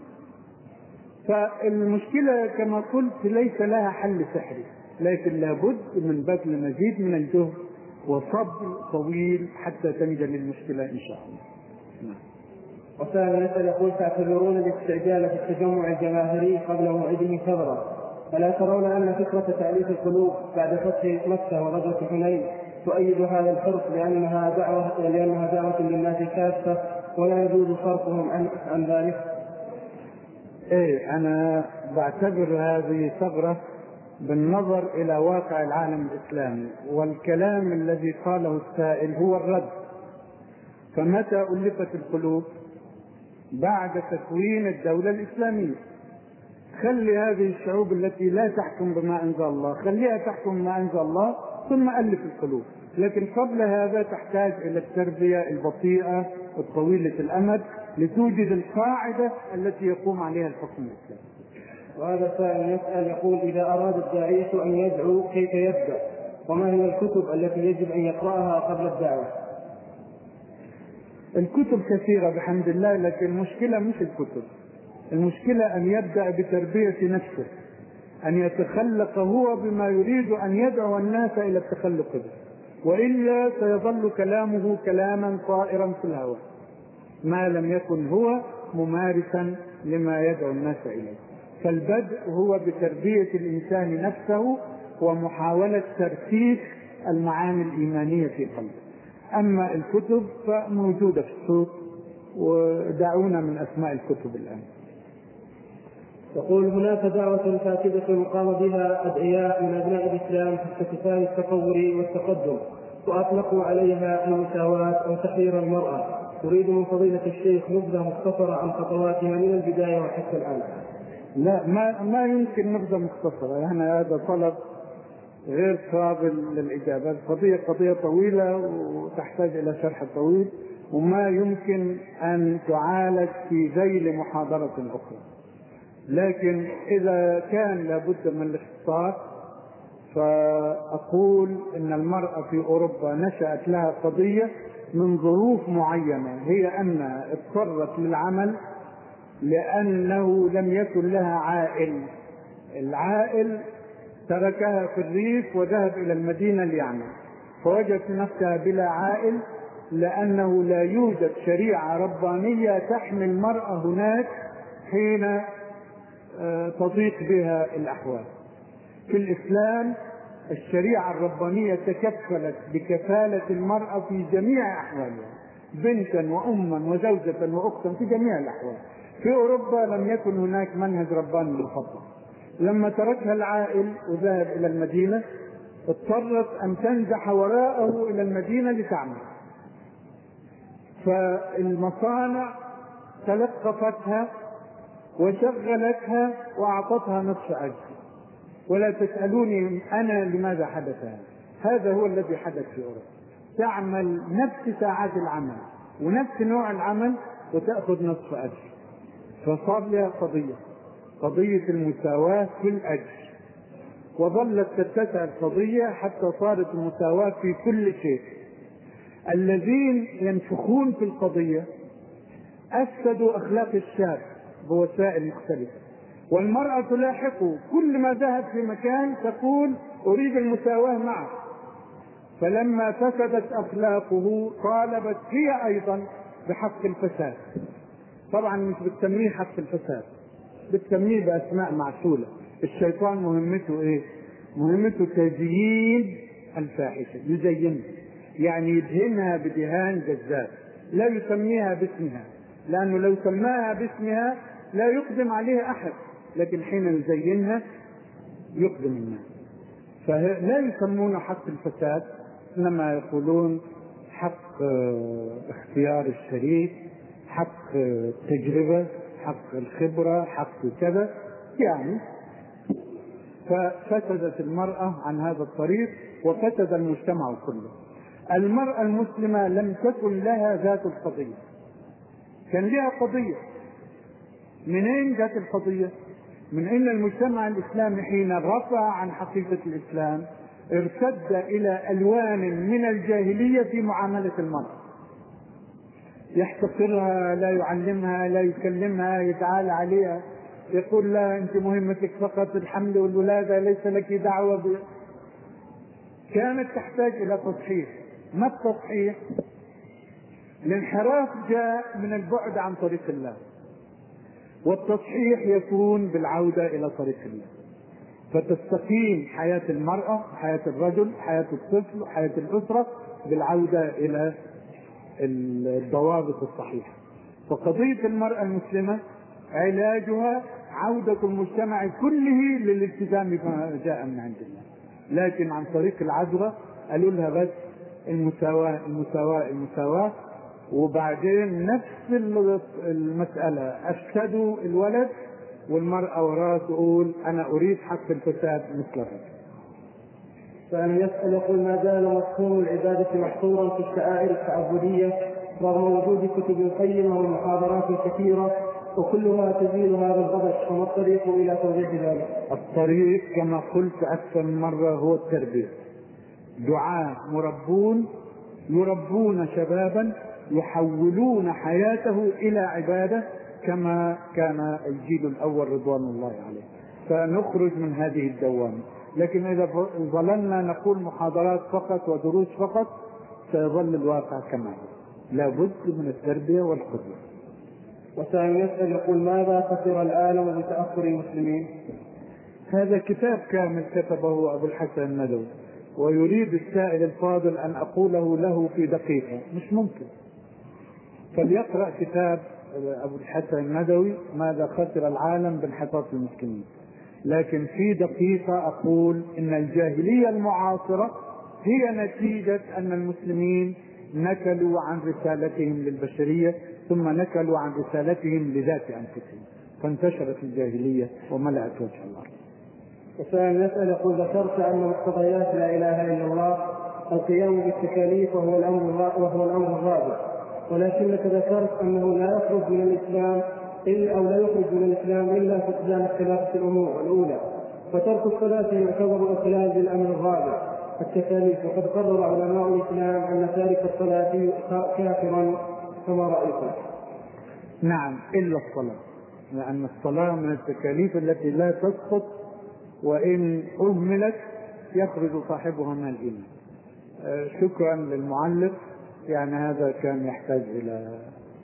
فالمشكلة كما قلت ليس لها حل سحري، لكن لابد من بذل مزيد من الجهد وصبر طويل حتى تنجل المشكلة إن شاء الله. وسائل يسأل يقول: تعتبرون الاستعجال في التجمع الجماهيري قبل موعده ثغرة، ألا ترون أن فكرة تأليف القلوب بعد فتح مكة وغزوة حنين تؤيد هذا الحرص لأنها دعوة لأنها دعوة للناس كافة ولا يجوز صرفهم عن عن ذلك؟ إيه، أنا بعتبر هذه ثغرة بالنظر إلى واقع العالم الإسلامي، والكلام الذي قاله السائل هو الرد. فمتى ألفت القلوب؟ بعد تكوين الدولة الإسلامية. خلي هذه الشعوب التي لا تحكم بما أنزل الله خليها تحكم بما أنزل الله ثم ألف القلوب، لكن قبل هذا تحتاج إلى التربية البطيئة الطويلة الأمد لتوجد القاعدة التي يقوم عليها الحكم الإسلامي. وهذا سائل يسأل يقول: إذا أراد الداعية أن يدعو كيف يبدأ؟ وما هي الكتب التي يجب أن يقرأها قبل الدعوة؟ الكتب كثيرة بحمد الله، لكن المشكلة مش الكتب، المشكلة أن يبدأ بتربية نفسه، أن يتخلق هو بما يريد أن يدعو الناس إلى التخلق به، وإلا سيظل كلامه كلاما طائرا في الهواء ما لم يكن هو ممارسا لما يدعو الناس إليه. فالبدء هو بتربية الإنسان نفسه ومحاولة ترسيخ المعاني الإيمانية في قلبه. أما الكتب فموجودة في السوق، ودعونا من أسماء الكتب الآن. يقول هناك دعوة فاسدة قام بها أدعياء من أبناء الإسلام في احتفال التطور والتقدم وأطلقوا عليها المساواة أو تحرير المرأة. أريد من فضيلة الشيخ نبذة مختصرة عن خطواتها من البداية وحتى الآن. لا، ما ما يمكن نبذة مختصرة، يعني هذا طلب غير قابل للإجابة. القضية قضية طويلة وتحتاج إلى شرح طويل، وما يمكن أن تعالج في ذيل محاضرة أخرى. لكن إذا كان لابد من الاختصار فأقول إن المرأة في أوروبا نشأت لها قضية من ظروف معينة، هي أنها اضطرت للعمل لأنه لم يكن لها عائل. العائل تركها في الريف وذهب إلى المدينة ليعمل، فوجدت نفسها بلا عائل لأنه لا يوجد شريعة ربانية تحمي المرأة هناك حين تضيق بها الأحوال. في الإسلام الشريعة الربانية تكفلت بكفالة المرأة في جميع أحوالها، بنتا وأما وزوجة وأختا في جميع الأحوال. في أوروبا لم يكن هناك منهج رباني مفضل. لما تركها العائل وذهب إلى المدينة اضطرت أن تنزح وراءه إلى المدينة لتعمل، فالمصانع تلقفتها وشغلتها وأعطتها نصف أجر. ولا تسألوني أنا لماذا حدث هذا، هذا هو الذي حدث في أوروبا. تعمل نفس ساعات العمل ونفس نوع العمل وتأخذ نصف أجر، فصار لها قضية قضية المساواة في الأجر، وظلت تتسع القضية حتى صارت المساواة في كل شيء. الذين ينفخون في القضية أفسدوا أخلاق الشاب بوسائل مختلفة، والمرأة تلاحقه كل ما ذهب في مكان تقول أريد المساواة معه. فلما فسدت أخلاقه طالبت هي أيضا بحق الفساد. طبعا مش بتسميه حق الفساد، بتسميه بأسماء معسولة. الشيطان مهمته إيه؟ مهمته تزيين الفاحشة، يزينها، يعني يدهنها بدهان جذاب، لا يسميها باسمها، لأنه لو سماها باسمها لا يقدم عليها أحد، لكن حين يزينها يقدم الناس. فلا يسمون حق الفساد، إنما يقولون حق اختيار الشريك، حق التجربة، حق الخبرة، حق كذا يعني. ففسدت المرأة عن هذا الطريق وفسد المجتمع كله. المرأة المسلمة لم تكن لها ذات القضية، كان لها قضية. منين جاءت القضية؟ من ان المجتمع الاسلامي حين رفع عن حقيقة الاسلام ارتد الى الوان من الجاهلية في معاملة المرأة. يحتقرها، لا يعلمها، لا يكلمها، يتعالى عليها، يقول لا انت مهمتك فقط الحمل والولادة، ليس لك دعوة ب... كانت تحتاج الى تصحيح. ما التصحيح؟ الانحراف جاء من البعد عن طريق الله، والتصحيح يكون بالعودة إلى طريق الله. فتستقيم حياة المرأة، حياة الرجل، حياة الطفل، حياة الأسرة بالعودة إلى الضوابط الصحيحة. فقضية المرأة المسلمة علاجها عودة المجتمع كله للالتزام بما جاء من عند الله، لكن عن طريق العدوى قالوا لها بس المساواة المساواة المساواة، وبعدين نفس المسألة أفسدوا الولد والمرأة وراه تقول أنا أريد حق الفساد مثل هذا. فأن يسأل يقول ما زال مفهوم العبادة محصورا في الشعائر التعبدية رغم وجود كتب قيمة ومحاضرات كثيرة وكلها تزيل هذا الغبش، فما الطريق إلى توضيح ذلك؟ الطريق كما قلت أكثر من مرة هو التربية. دعاة مربون يربون شبابا يحولون حياته إلى عبادة كما كان الجيل الأول رضوان الله عليه، فنخرج من هذه الدوامة. لكن إذا ظللنا نقول محاضرات فقط ودروس فقط سيظل الواقع كما هو. لا بد من التربية والقدوة. وثاني يسأل يقول ماذا خسر العالم بتأخر المسلمين؟ هذا كتاب كامل كتبه أبو الحسن الندوي، ويريد السائل الفاضل أن أقوله له في دقيقة، مش ممكن. فليقرأ كتاب أبو الحسن الندوي ماذا خسر العالم بانحطاط المسلمين، لكن في دقيقة أقول إن الجاهلية المعاصرة هي نتيجة أن المسلمين نكلوا عن رسالتهم للبشرية ثم نكلوا عن رسالتهم لذات أنفسهم، فانتشرت الجاهلية وملأت وجه الله. وسؤال يسأل يقول: ذكرت أن مقتضيات لا إله إلا الله القيام بالتكاليف وهو الأمر وهو الأمر الرابع، ولكنك ذكرت أنه لا يخرج من الإسلام إلا أو لا يخرج من الإسلام إلا فقدان الثلاثة الأمور الأولى، فترك الصلاة يعتبر إخلال بالأمر الرابع التكاليف، وقد قرر علماء الإسلام أن تارك الصلاة كافرا، فما رأيكم؟ نعم، إلا الصلاة، لأن الصلاة من التكاليف التي لا تسقط وإن أهملت يخرج صاحبها من الإيمان. آه شكرا للمعلق، يعني هذا كان يحتاج إلى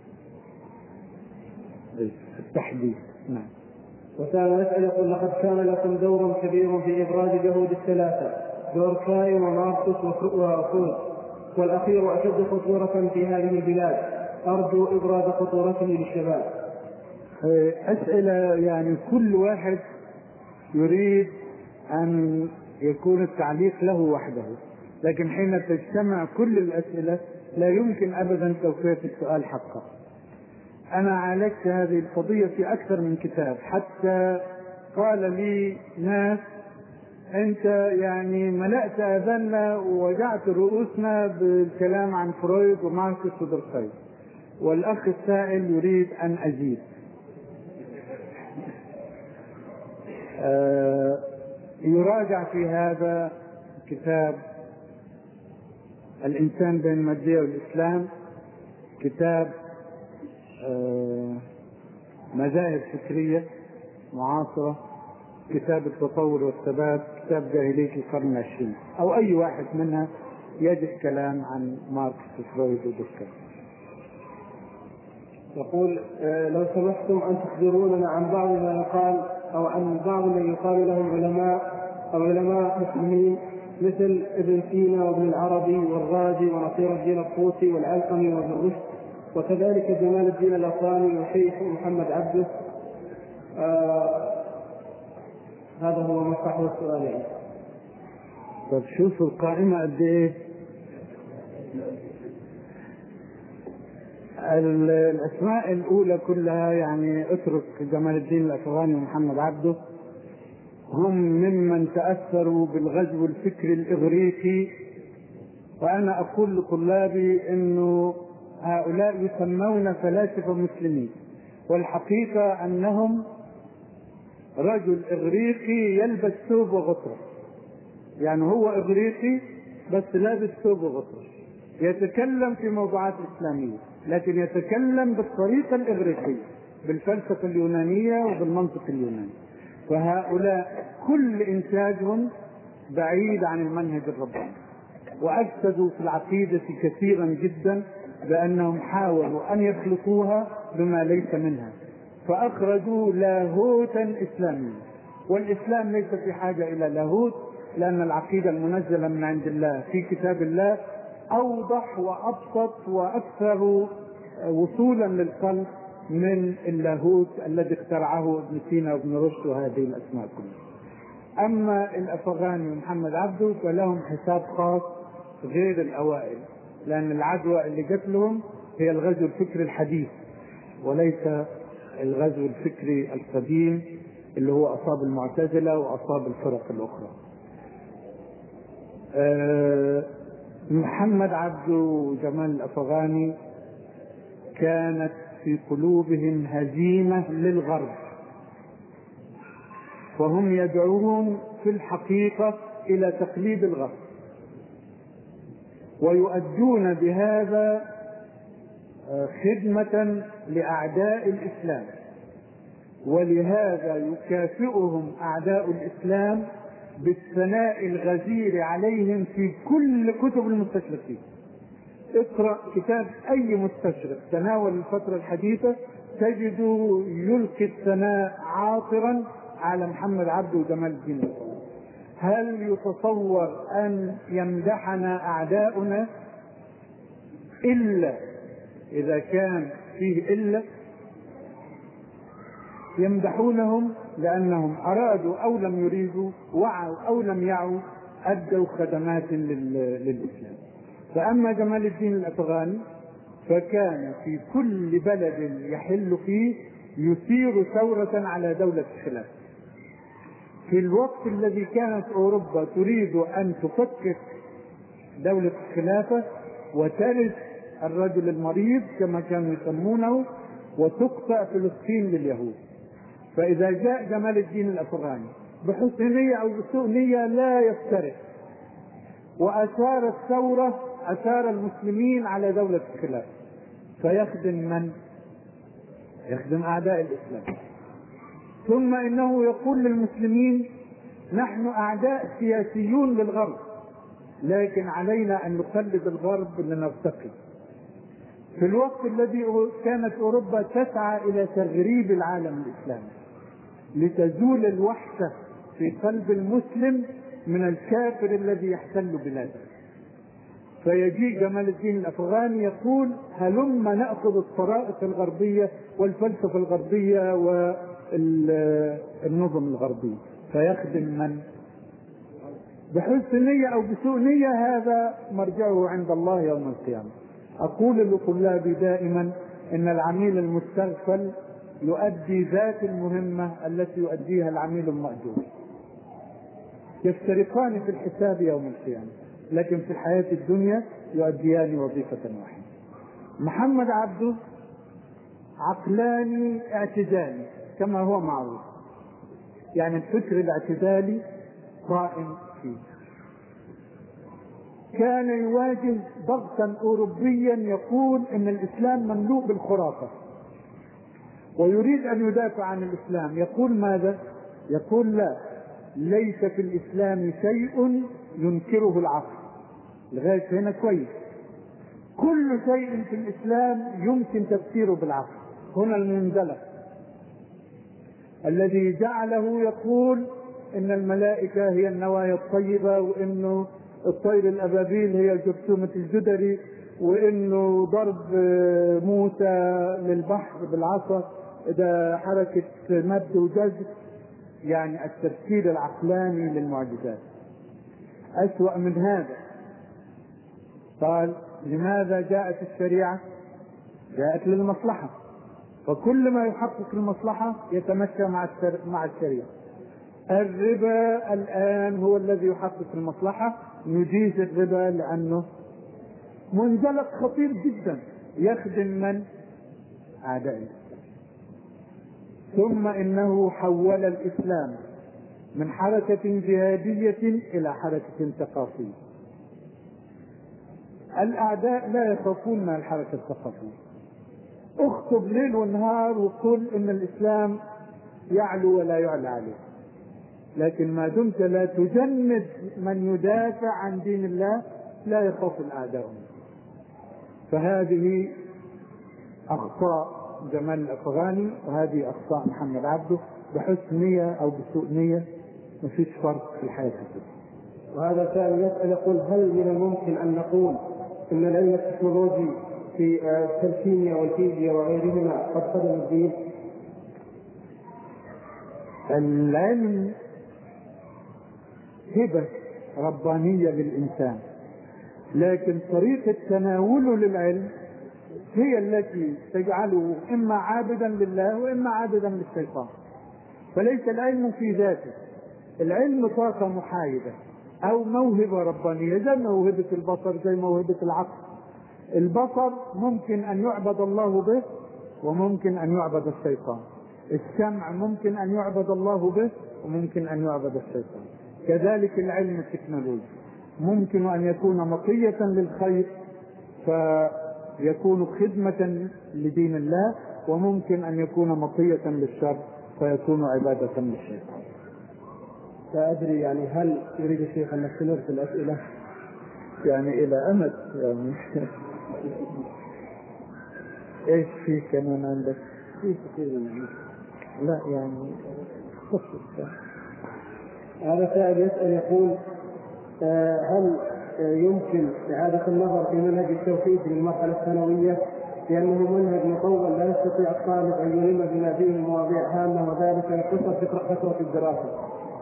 التحديث. نعم. وكان يسأل يقول: لقد كان لكم دور كبير في إبراز جهود الثلاثة دوركاي وماركوس وفوز، والأخير أشد خطورة في هذه البلاد، أرجو إبراز خطورته للشباب. أسئلة يعني كل واحد يريد أن يكون التعليق له وحده، لكن حين تجتمع كل الأسئلة لا يمكن أبدا توفية السؤال حقه. أنا عالجت هذه القضية في أكثر من كتاب، حتى قال لي ناس: أنت يعني ملأت أذاننا ووجعت رؤوسنا بالكلام عن فرويد وماركس ودوركاي. والأخ السائل يريد أن أزيد. آه يراجع في هذا كتاب الإنسان بين المادية والإسلام، كتاب آه مذاهب فكرية معاصرة، كتاب التطور والثبات، كتاب جاهلية القرن العشرين، أو أي واحد منها يجد كلام عن ماركس وفرويد ودوركاي. يقول: لو سمحتم أن تخبروننا عن بعض ما يقال أو عن بعض من يقال لهم علماء أو علماء مسلمين مثل ابن سينا وابن العربي والرازي ونصير الدين الطوسي والعلقمي وابن رشد، وكذلك جمال الدين الأفغاني وشيخ محمد عبده. آه هذا هو مفتاح السؤال يعني. طب شوفوا القائمة قد ايه. الاسماء الاولى كلها يعني اترك جمال الدين الافغاني ومحمد عبده، هم ممن تأثروا بالغزو الفكري الاغريقي، وانا اقول لطلابي انه هؤلاء يسمون فلاسفة مسلمين، والحقيقة انهم رجل اغريقي يلبس ثوب وغطرة، يعني هو اغريقي بس لابس ثوب وغطرة، يتكلم في موضوعات اسلامية لكن يتكلم بالطريقة الاغريقية بالفلسفة اليونانية وبالمنطق اليوناني. فهؤلاء كل انتاجهم بعيد عن المنهج الرباني، وافسدوا في العقيدة كثيرا جدا بانهم حاولوا ان يخلطوها بما ليس منها، فاخرجوا لاهوتا اسلاميا، والاسلام ليس في حاجة الى لاهوت، لان العقيدة المنزلة من عند الله في كتاب الله اوضح وابسط واكثر وصولا للقلب من اللاهوت الذي اخترعه ابن سينا وابن رشد وهذه الاسماء كلها. اما الافغاني ومحمد عبده فلهم حساب خاص غير الاوائل، لان العدوى اللي جت لهم هي الغزو الفكري الحديث وليس الغزو الفكري القديم اللي هو اصاب المعتزلة واصاب الفرق الاخرى. أه محمد عبده وجمال الافغاني كانت في قلوبهم هزيمة للغرب، وهم يدعون في الحقيقة إلى تقليد الغرب، ويؤدون بهذا خدمة لأعداء الإسلام، ولهذا يكافئهم أعداء الإسلام بالثناء الغزير عليهم في كل كتب المستشرقين. اقرأ كتاب أي مستشرق تناول الفترة الحديثة تجده يلقي الثناء عاطرا على محمد عبده وجمال الدين الأفغاني. هل يتصور أن يمدحنا أعداؤنا إلا إذا كان فيه إلا يمدحونهم لأنهم أرادوا أو لم يريدوا، وعوا أو لم يعوا، أدوا خدمات للإسلام. فأما جمال الدين الأفغاني فكان في كل بلد يحل فيه يثير ثورة على دولة الخلافة. في الوقت الذي كانت أوروبا تريد أن تفكك دولة الخلافة وترث الرجل المريض كما كانوا يسمونه وتقطع فلسطين لليهود، فإذا جاء جمال الدين الأفغاني بحسن نية أو بسوء نية لا يفترق وأثار الثورة، أثار المسلمين على دولة الخلافة، فيخدم من؟ يخدم أعداء الإسلام. ثم إنه يقول للمسلمين نحن أعداء سياسيون للغرب، لكن علينا أن نقلد الغرب لنرتقي. في الوقت الذي كانت أوروبا تسعى إلى تغريب العالم الإسلامي لتزول الوحشة في قلب المسلم من الكافر الذي يحتل بلاده، فيجيء جمال الدين الأفغاني يقول هلما نأخذ الطرائق الغربية والفلسفة الغربية والنظم الغربي، فيخدم من؟ بحسن نية أو بسوء نية، هذا مرجعه عند الله يوم القيامة. أقول لطلابي دائما إن العميل المستغفل يؤدي ذات المهمة التي يؤديها العميل المأجور، يفترقان في الحساب يوم القيامة، لكن في الحياة الدنيا يؤديان وظيفة واحدة. محمد عبده عقلاني اعتدالي كما هو معروف، يعني الفكر الاعتدالي قائم فيه. كان يواجه ضغطا أوروبيا يقول إن الإسلام مملوء بالخرافة ويريد أن يدافع عن الإسلام. يقول ماذا؟ يقول لا، ليس في الإسلام شيء ينكره العقل. لغاية هنا كويس، كل شيء في الإسلام يمكن تفسيره بالعقل. هنا المنزلق الذي جعله يقول إن الملائكة هي النوايا الطيبة، وإنه الطير الأبابيل هي جرثومة الجدري، وإنه ضرب موسى للبحر بالعصا ده حركة مد وجزر، يعني التفسير العقلاني للمعجزات. أسوأ من هذا قال لماذا جاءت الشريعة؟ جاءت للمصلحة، فكل ما يحقق المصلحة يتمشى مع الشريعة. الربا الآن هو الذي يحقق المصلحة، نجيز الربا لأنه منزلق خطير جدا يخدم من؟ أعدائه. ثم إنه حول الإسلام من حركة جهادية إلى حركة ثقافية. الأعداء لا يخافون من الحركة الثقافية. اخطب ليل ونهار وقل إن الإسلام يعلو ولا يعلى عليه، لكن ما دمت لا تجند من يدافع عن دين الله لا يخاف الأعداء. فهذه أخطاء جمال الأفغاني وهذه أخطاء محمد عبده، بحسن نية أو بسوء نية مفيش فرق في الحياة. وهذا سائل يسأل يقول هل من الممكن أن نقول إن العلم التكنولوجي في الكيمياء والفيزياء وغيرهما قد خدم الدين؟ العلم هبة ربانية للإنسان، لكن طريقة تناوله للعلم هي التي تجعله إما عابدا لله وإما عابدا للشيطان. فليس العلم في ذاته، العلم طاقة محايدة أو موهبة ربانية، زي موهبة البصر، زي موهبة العقل. البصر ممكن أن يعبد الله به وممكن أن يعبد الشيطان. السمع ممكن أن يعبد الله به وممكن أن يعبد الشيطان. كذلك العلم التكنولوجي ممكن أن يكون مطية للخير فيكون خدمة لدين الله، وممكن أن يكون مطية للشر فيكون عبادة للشيطان. لا أدري يعني هل يريد الشيخ أن نستمر في الأسئلة؟ يعني إلى أمد يعني إيش في كمان عندك؟ في كثير يعني. لا يعني هذا سائل يسأل يقول هل يمكن إعادة النظر في منهج التوحيد للمرحلة الثانوية لأنه منهج مطول لا يستطيع الطالب أن يلم بما فيه مواضيع هامة، وذلك يقتصر فترة الدراسة.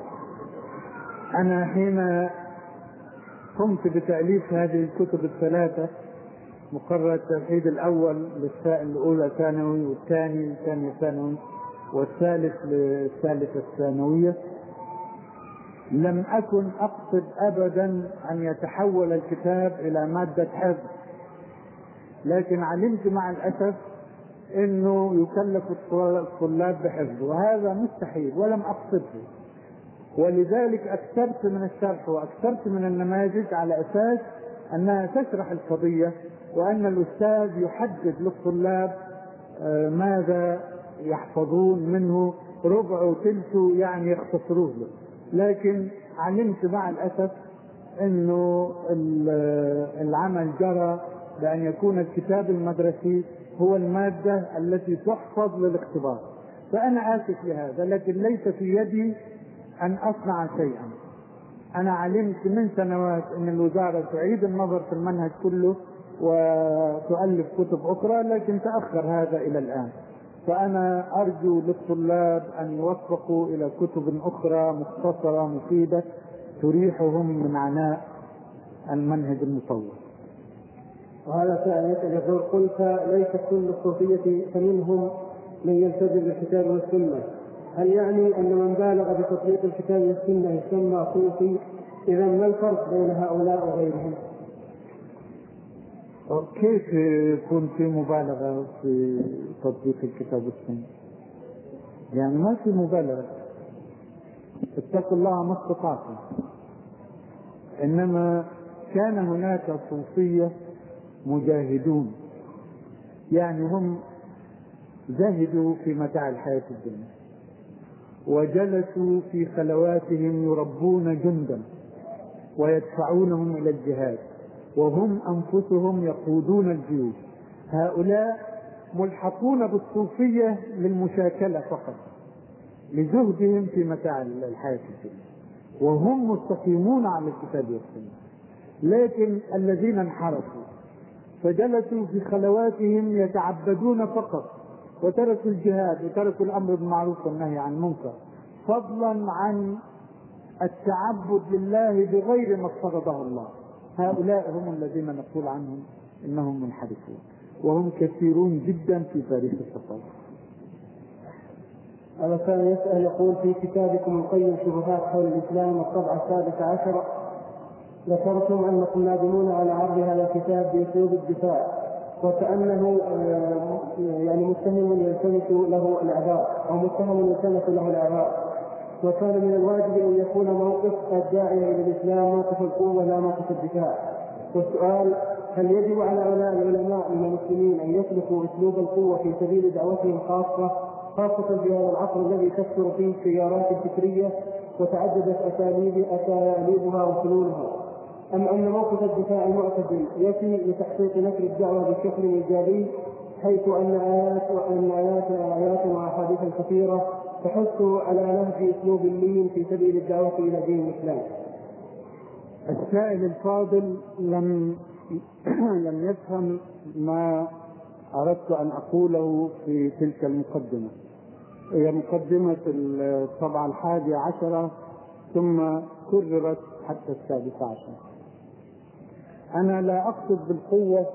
أنا حين قمت بتأليف هذه الكتب الثلاثة، مقرر التوحيد الأول للأولى ثانوي، والثاني للثانية ثانوي، والثالث للثالثة الثانوية، لم أكن أقصد أبدا أن يتحول الكتاب إلى مادة حفظ، لكن علمت مع الأسف أنه يكلف الطلاب بحفظه، وهذا مستحيل ولم أقصده. ولذلك أكثرت من الشرح وأكثرت من النماذج على أساس أنها تشرح القضية، وأن الأستاذ يحدد للطلاب ماذا يحفظون منه، ربع وثلث يعني يختصروه له. لكن علمت مع الأسف أنه العمل جرى بأن يكون الكتاب المدرسي هو المادة التي تحفظ للاختبار، فأنا آسف لهذا، لكن ليس في يدي أن أصنع شيئا. أنا علمت من سنوات أن الوزارة تعيد النظر في المنهج كله وتؤلف كتب أخرى، لكن تأخر هذا إلى الآن. فأنا أرجو للطلاب أن يوفقوا إلى كتب أخرى مختصرة مفيدة تريحهم من عناء المنهج المطول. وهذا سائل يسأل يقول: قلت ليس كل الصوفية فمنهم من يلتزم بالكتاب والسنة، هل يعني أن من بالغ بتطبيق الكتاب والسنة يسمى صوفي؟ إذا ما الفرق بين هؤلاء وغيرهم؟ كيف يكون في مبالغة في تطبيق الكتاب والسنة؟ يعني ما في مبالغة، اتقوا الله ما استطعتم. إنما كان هناك صوفية مجاهدون، يعني هم زهدوا في متاع الحياة الدنيا وجلسوا في خلواتهم يربون جندا ويدفعونهم إلى الجهاد، وهم أنفسهم يقودون الجيوش. هؤلاء ملحقون بالصوفية للمشاكلة فقط، لزهدهم في متاع الحياة الدنيا، وهم مستقيمون على الكتاب والسنة. لكن الذين انحرفوا فجلسوا في خلواتهم يتعبدون فقط، وتركوا الجهاد وتركوا الأمر بالمعروف والنهي عن المنكر، فضلا عن التعبد لله بغير ما افترضه الله. هؤلاء هم الذين نقول عنهم إنهم منحرفون، وهم كثيرون جدا في تاريخ التصوف. هذا كان يسأل يقول: في كتابكم القيم شبهات حول الإسلام الطبعة السادسة عشر ذكرتم أنكم نادمون على عرض هذا الكتاب بأسلوب الدفاع، وكأنه يعني متهم يلتمس له الإعذار أو متهم يلتمس له الإعذار، وكان من الواجب أن يكون موقف الداعية إلى الإسلام موقف القوة لا موقف الدفاع. والسؤال: هل يجب على هؤلاء العلماء من المسلمين أن يسلكوا أسلوب القوة في سبيل دعوتهم خاصة خاصة في هذا العصر الذي تكثر فيه التيارات الفكرية وتعددت أساليب أساليبها وفنونها، أم أن موقف الدفاع المعتدل يكفي لتحقيق نشر الدعوة بشكل إيجابي، حيث أن آيات وأن آيات وآيات وأحاديث كثيرة تحث على نهج أسلوب اللين في سبيل الدعوة إلى دين الإسلام؟ السائل الفاضل لم لم يفهم ما أردت أن أقوله في تلك المقدمة. هي مقدمة الطبعة الحادية عشرة ثم كررت حتى السادسة عشر. أنا لا أقصد بالقوة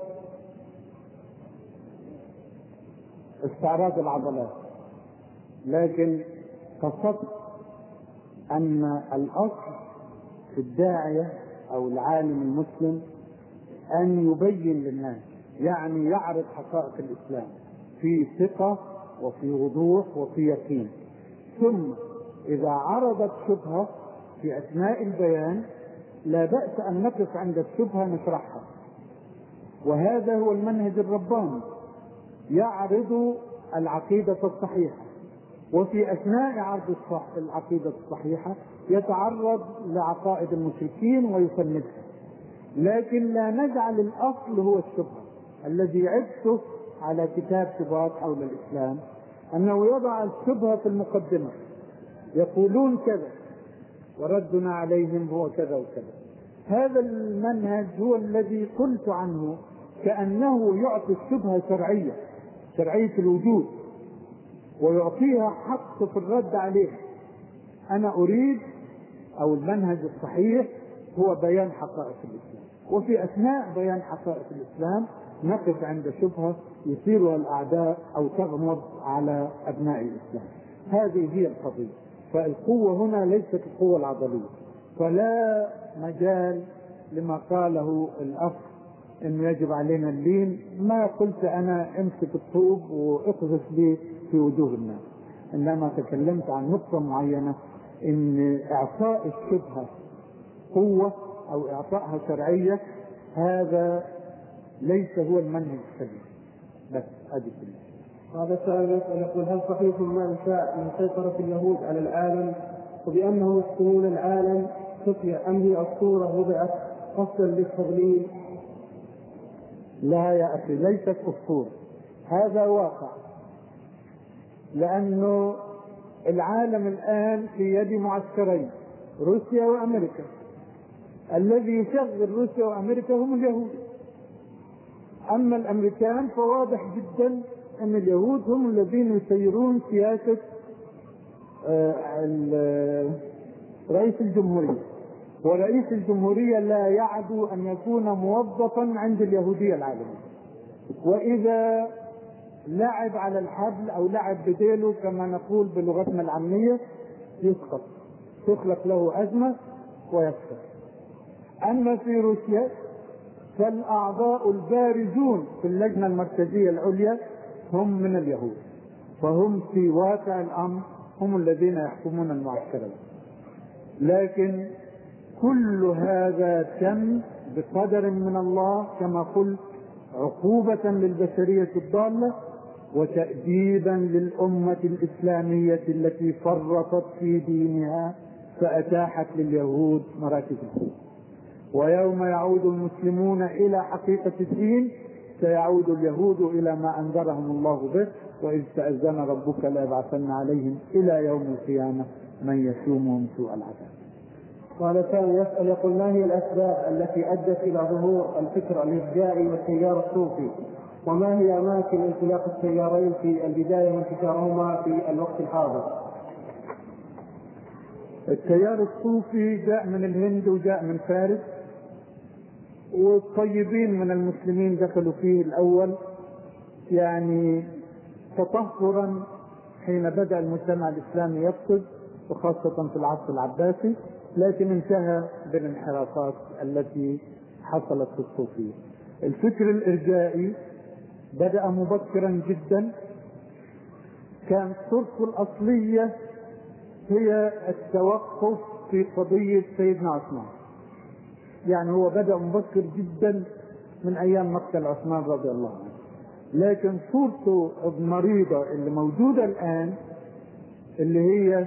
استعراض العضلات، لكن قصدت أن الأصل في الداعية أو العالم المسلم أن يبين للناس، يعني يعرض حقائق الإسلام في ثقة وفي وضوح وفي يقين، ثم إذا عرضت شبهة في أثناء البيان لا بأس أن نقف عند الشبهة نشرحها. وهذا هو المنهج الرباني، يعرض العقيدة الصحيحة، وفي أثناء عرض العقيدة الصحيحة يتعرض لعقائد المشركين ويفندها. لكن لا نجعل الأصل هو الشبهة. الذي عبته على كتاب شبهات حول الإسلام أنه يضع الشبهة في المقدمة، يقولون كذا وردنا عليهم هو كذا وكذا. هذا المنهج هو الذي قلت عنه كأنه يعطي الشبهة شرعية، شرعية الوجود، ويعطيها حق في الرد عليها. أنا أريد أو المنهج الصحيح هو بيان حقائق الإسلام، وفي أثناء بيان حقائق الإسلام نقف عند شبهة يثيرها الأعداء أو تغمض على أبناء الإسلام. هذه هي القضية. فالقوة هنا ليست القوة العضلية، فلا مجال لما قاله الأخ إنه يجب علينا اللين. ما قلت أنا امسك الطوب واقذف به في وجوه الناس، إنما تكلمت عن نقطة معينة، إن إعطاء الشبهة قوة أو إعطائها شرعية هذا ليس هو المنهج السليم. بس هذه كلها. هذا سؤال يسأل يقول: هل صحيح ما يشاع من سيطرة اليهود على العالم وبأنهم يحكمون العالم خفية، أم هي الصورة وضعت قصدا للتضليل؟ لا يا أخي، ليست أسطورة، هذا واقع. لأنه العالم الآن في يد معسكرين، روسيا وأمريكا. الذي يشغل روسيا وأمريكا هم اليهود. أما الأمريكان فواضح جدا أن اليهود هم الذين يسيرون سياسة رئيس الجمهورية، ورئيس الجمهورية لا يعدو أن يكون موظفا عند اليهودية العالمية، وإذا لعب على الحبل أو لعب بديله كما نقول بلغتنا العامية يسقط، تخلق له أزمة ويسقط. أما في روسيا فالأعضاء البارزون في اللجنة المركزية العليا هم من اليهود، فهم في واقع الأمر هم الذين يحكمون المعسكرين. لكن كل هذا تم بقدر من الله كما قلت، عقوبة للبشرية الضالة وتأديبا للأمة الإسلامية التي فرطت في دينها فأتاحت لليهود مراكز الحكم. ويوم يعود المسلمون إلى حقيقة الدين سيعود اليهود إلى ما أنذرهم الله به: وإذ تأذن ربك ليبعثن عليهم إلى يوم القيامة من يسومهم سوء العذاب. وهذا ثاني يسأل يقول: ما هي الأسباب التي أدت إلى ظهور الفكر الإرجائي والتيار الصوفي؟ وما هي أماكن انطلاق التيارين في البداية وانتشارهما في الوقت الحاضر؟ التيار الصوفي جاء من الهند وجاء من فارس، والطيبين من المسلمين دخلوا فيه الأول، يعني تطهرا حين بدأ المجتمع الإسلامي يفقد، وخاصة في العصر العباسي، لكن انتهى بالانحرافات التي حصلت في الصوفية. الفكر الإرجائي بدأ مبكرا جدا، كانت صورته الأصلية هي التوقف في قضية سيدنا عثمان. يعني هو بدأ مبكر جدا من أيام مقتل عثمان رضي الله عنه، لكن صورته المريضة اللي موجودة الآن اللي هي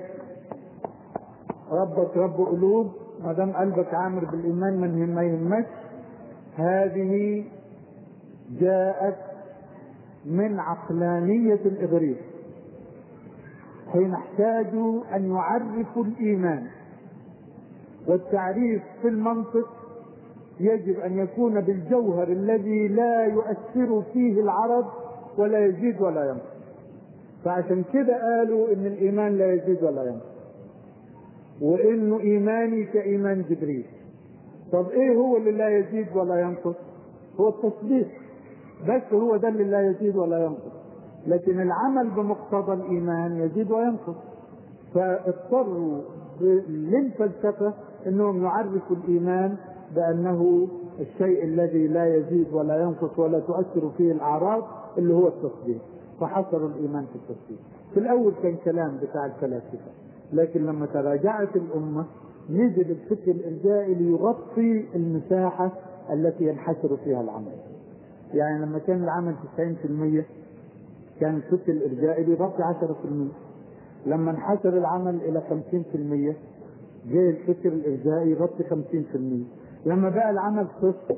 ربك رب قلوب، ما دام قلبك عامر بالإيمان من ما يهمك، هذه جاءت من عقلانية الإغريق حين احتاجوا أن يعرفوا الإيمان. والتعريف في المنطق يجب أن يكون بالجوهر الذي لا يؤثر فيه العرض ولا يزيد ولا ينقص. فعشان كده قالوا إن الإيمان لا يزيد ولا ينقص، وإنه إيماني كإيمان جبريل. طب إيه هو اللي لا يزيد ولا ينقص؟ هو التصديق بس، هو ده اللي لا يزيد ولا ينقص، لكن العمل بمقتضى الإيمان يزيد وينقص. فاضطروا للفلسفة انهم يعرفوا الايمان بانه الشيء الذي لا يزيد ولا ينقص ولا تؤثر فيه الاعراض اللي هو التصديق، فحصروا الايمان في التصديق. في الاول كان كلام بتاع الفلاسفة، لكن لما تراجعت الامة نزل الفكر الارجائي ليغطي المساحة التي ينحسر فيها العمل. يعني لما كان العمل تسعين بالمئة كان الفكر الارجائي بيغطي عشرة بالمئة، لما انحسر العمل الى خمسين بالمئة جاء الفكر الارجائي يغطي خمسين بالمئة. لما بقى العمل صفر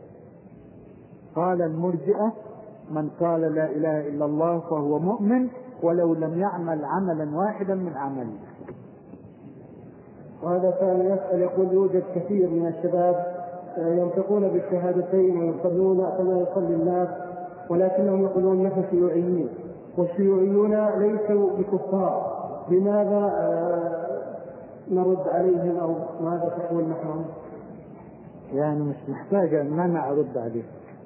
قال المرجئة: من قال لا اله الا الله فهو مؤمن ولو لم يعمل عملا واحدا من اعماله. وهذا كان يسأل يقول: يوجد كثير من الشباب ينطقون بالشهادتين ويصلون كما يصلي الناس، ولكنهم يقولون نحن شيوعيين، والشيوعيون ليسوا بكفار. لماذا نرد عليهم أو ماذا تقول نحن؟ يعني مش محتاجة أن أنا أرد عليه،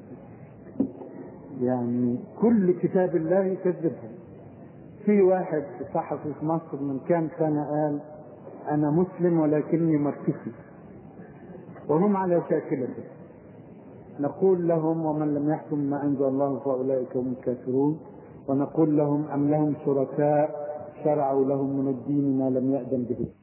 يعني كل كتاب الله يكذبها. في واحد صحفي في مصر من كام سنة قال أنا مسلم ولكني ماركسي، وهم على شاكلته. نقول لهم ومن لم يحكم ما أنزل الله فأولئك هم الكافرون، ونقول لهم أم لهم شركاء شرعوا لهم من الدين ما لم يأذن به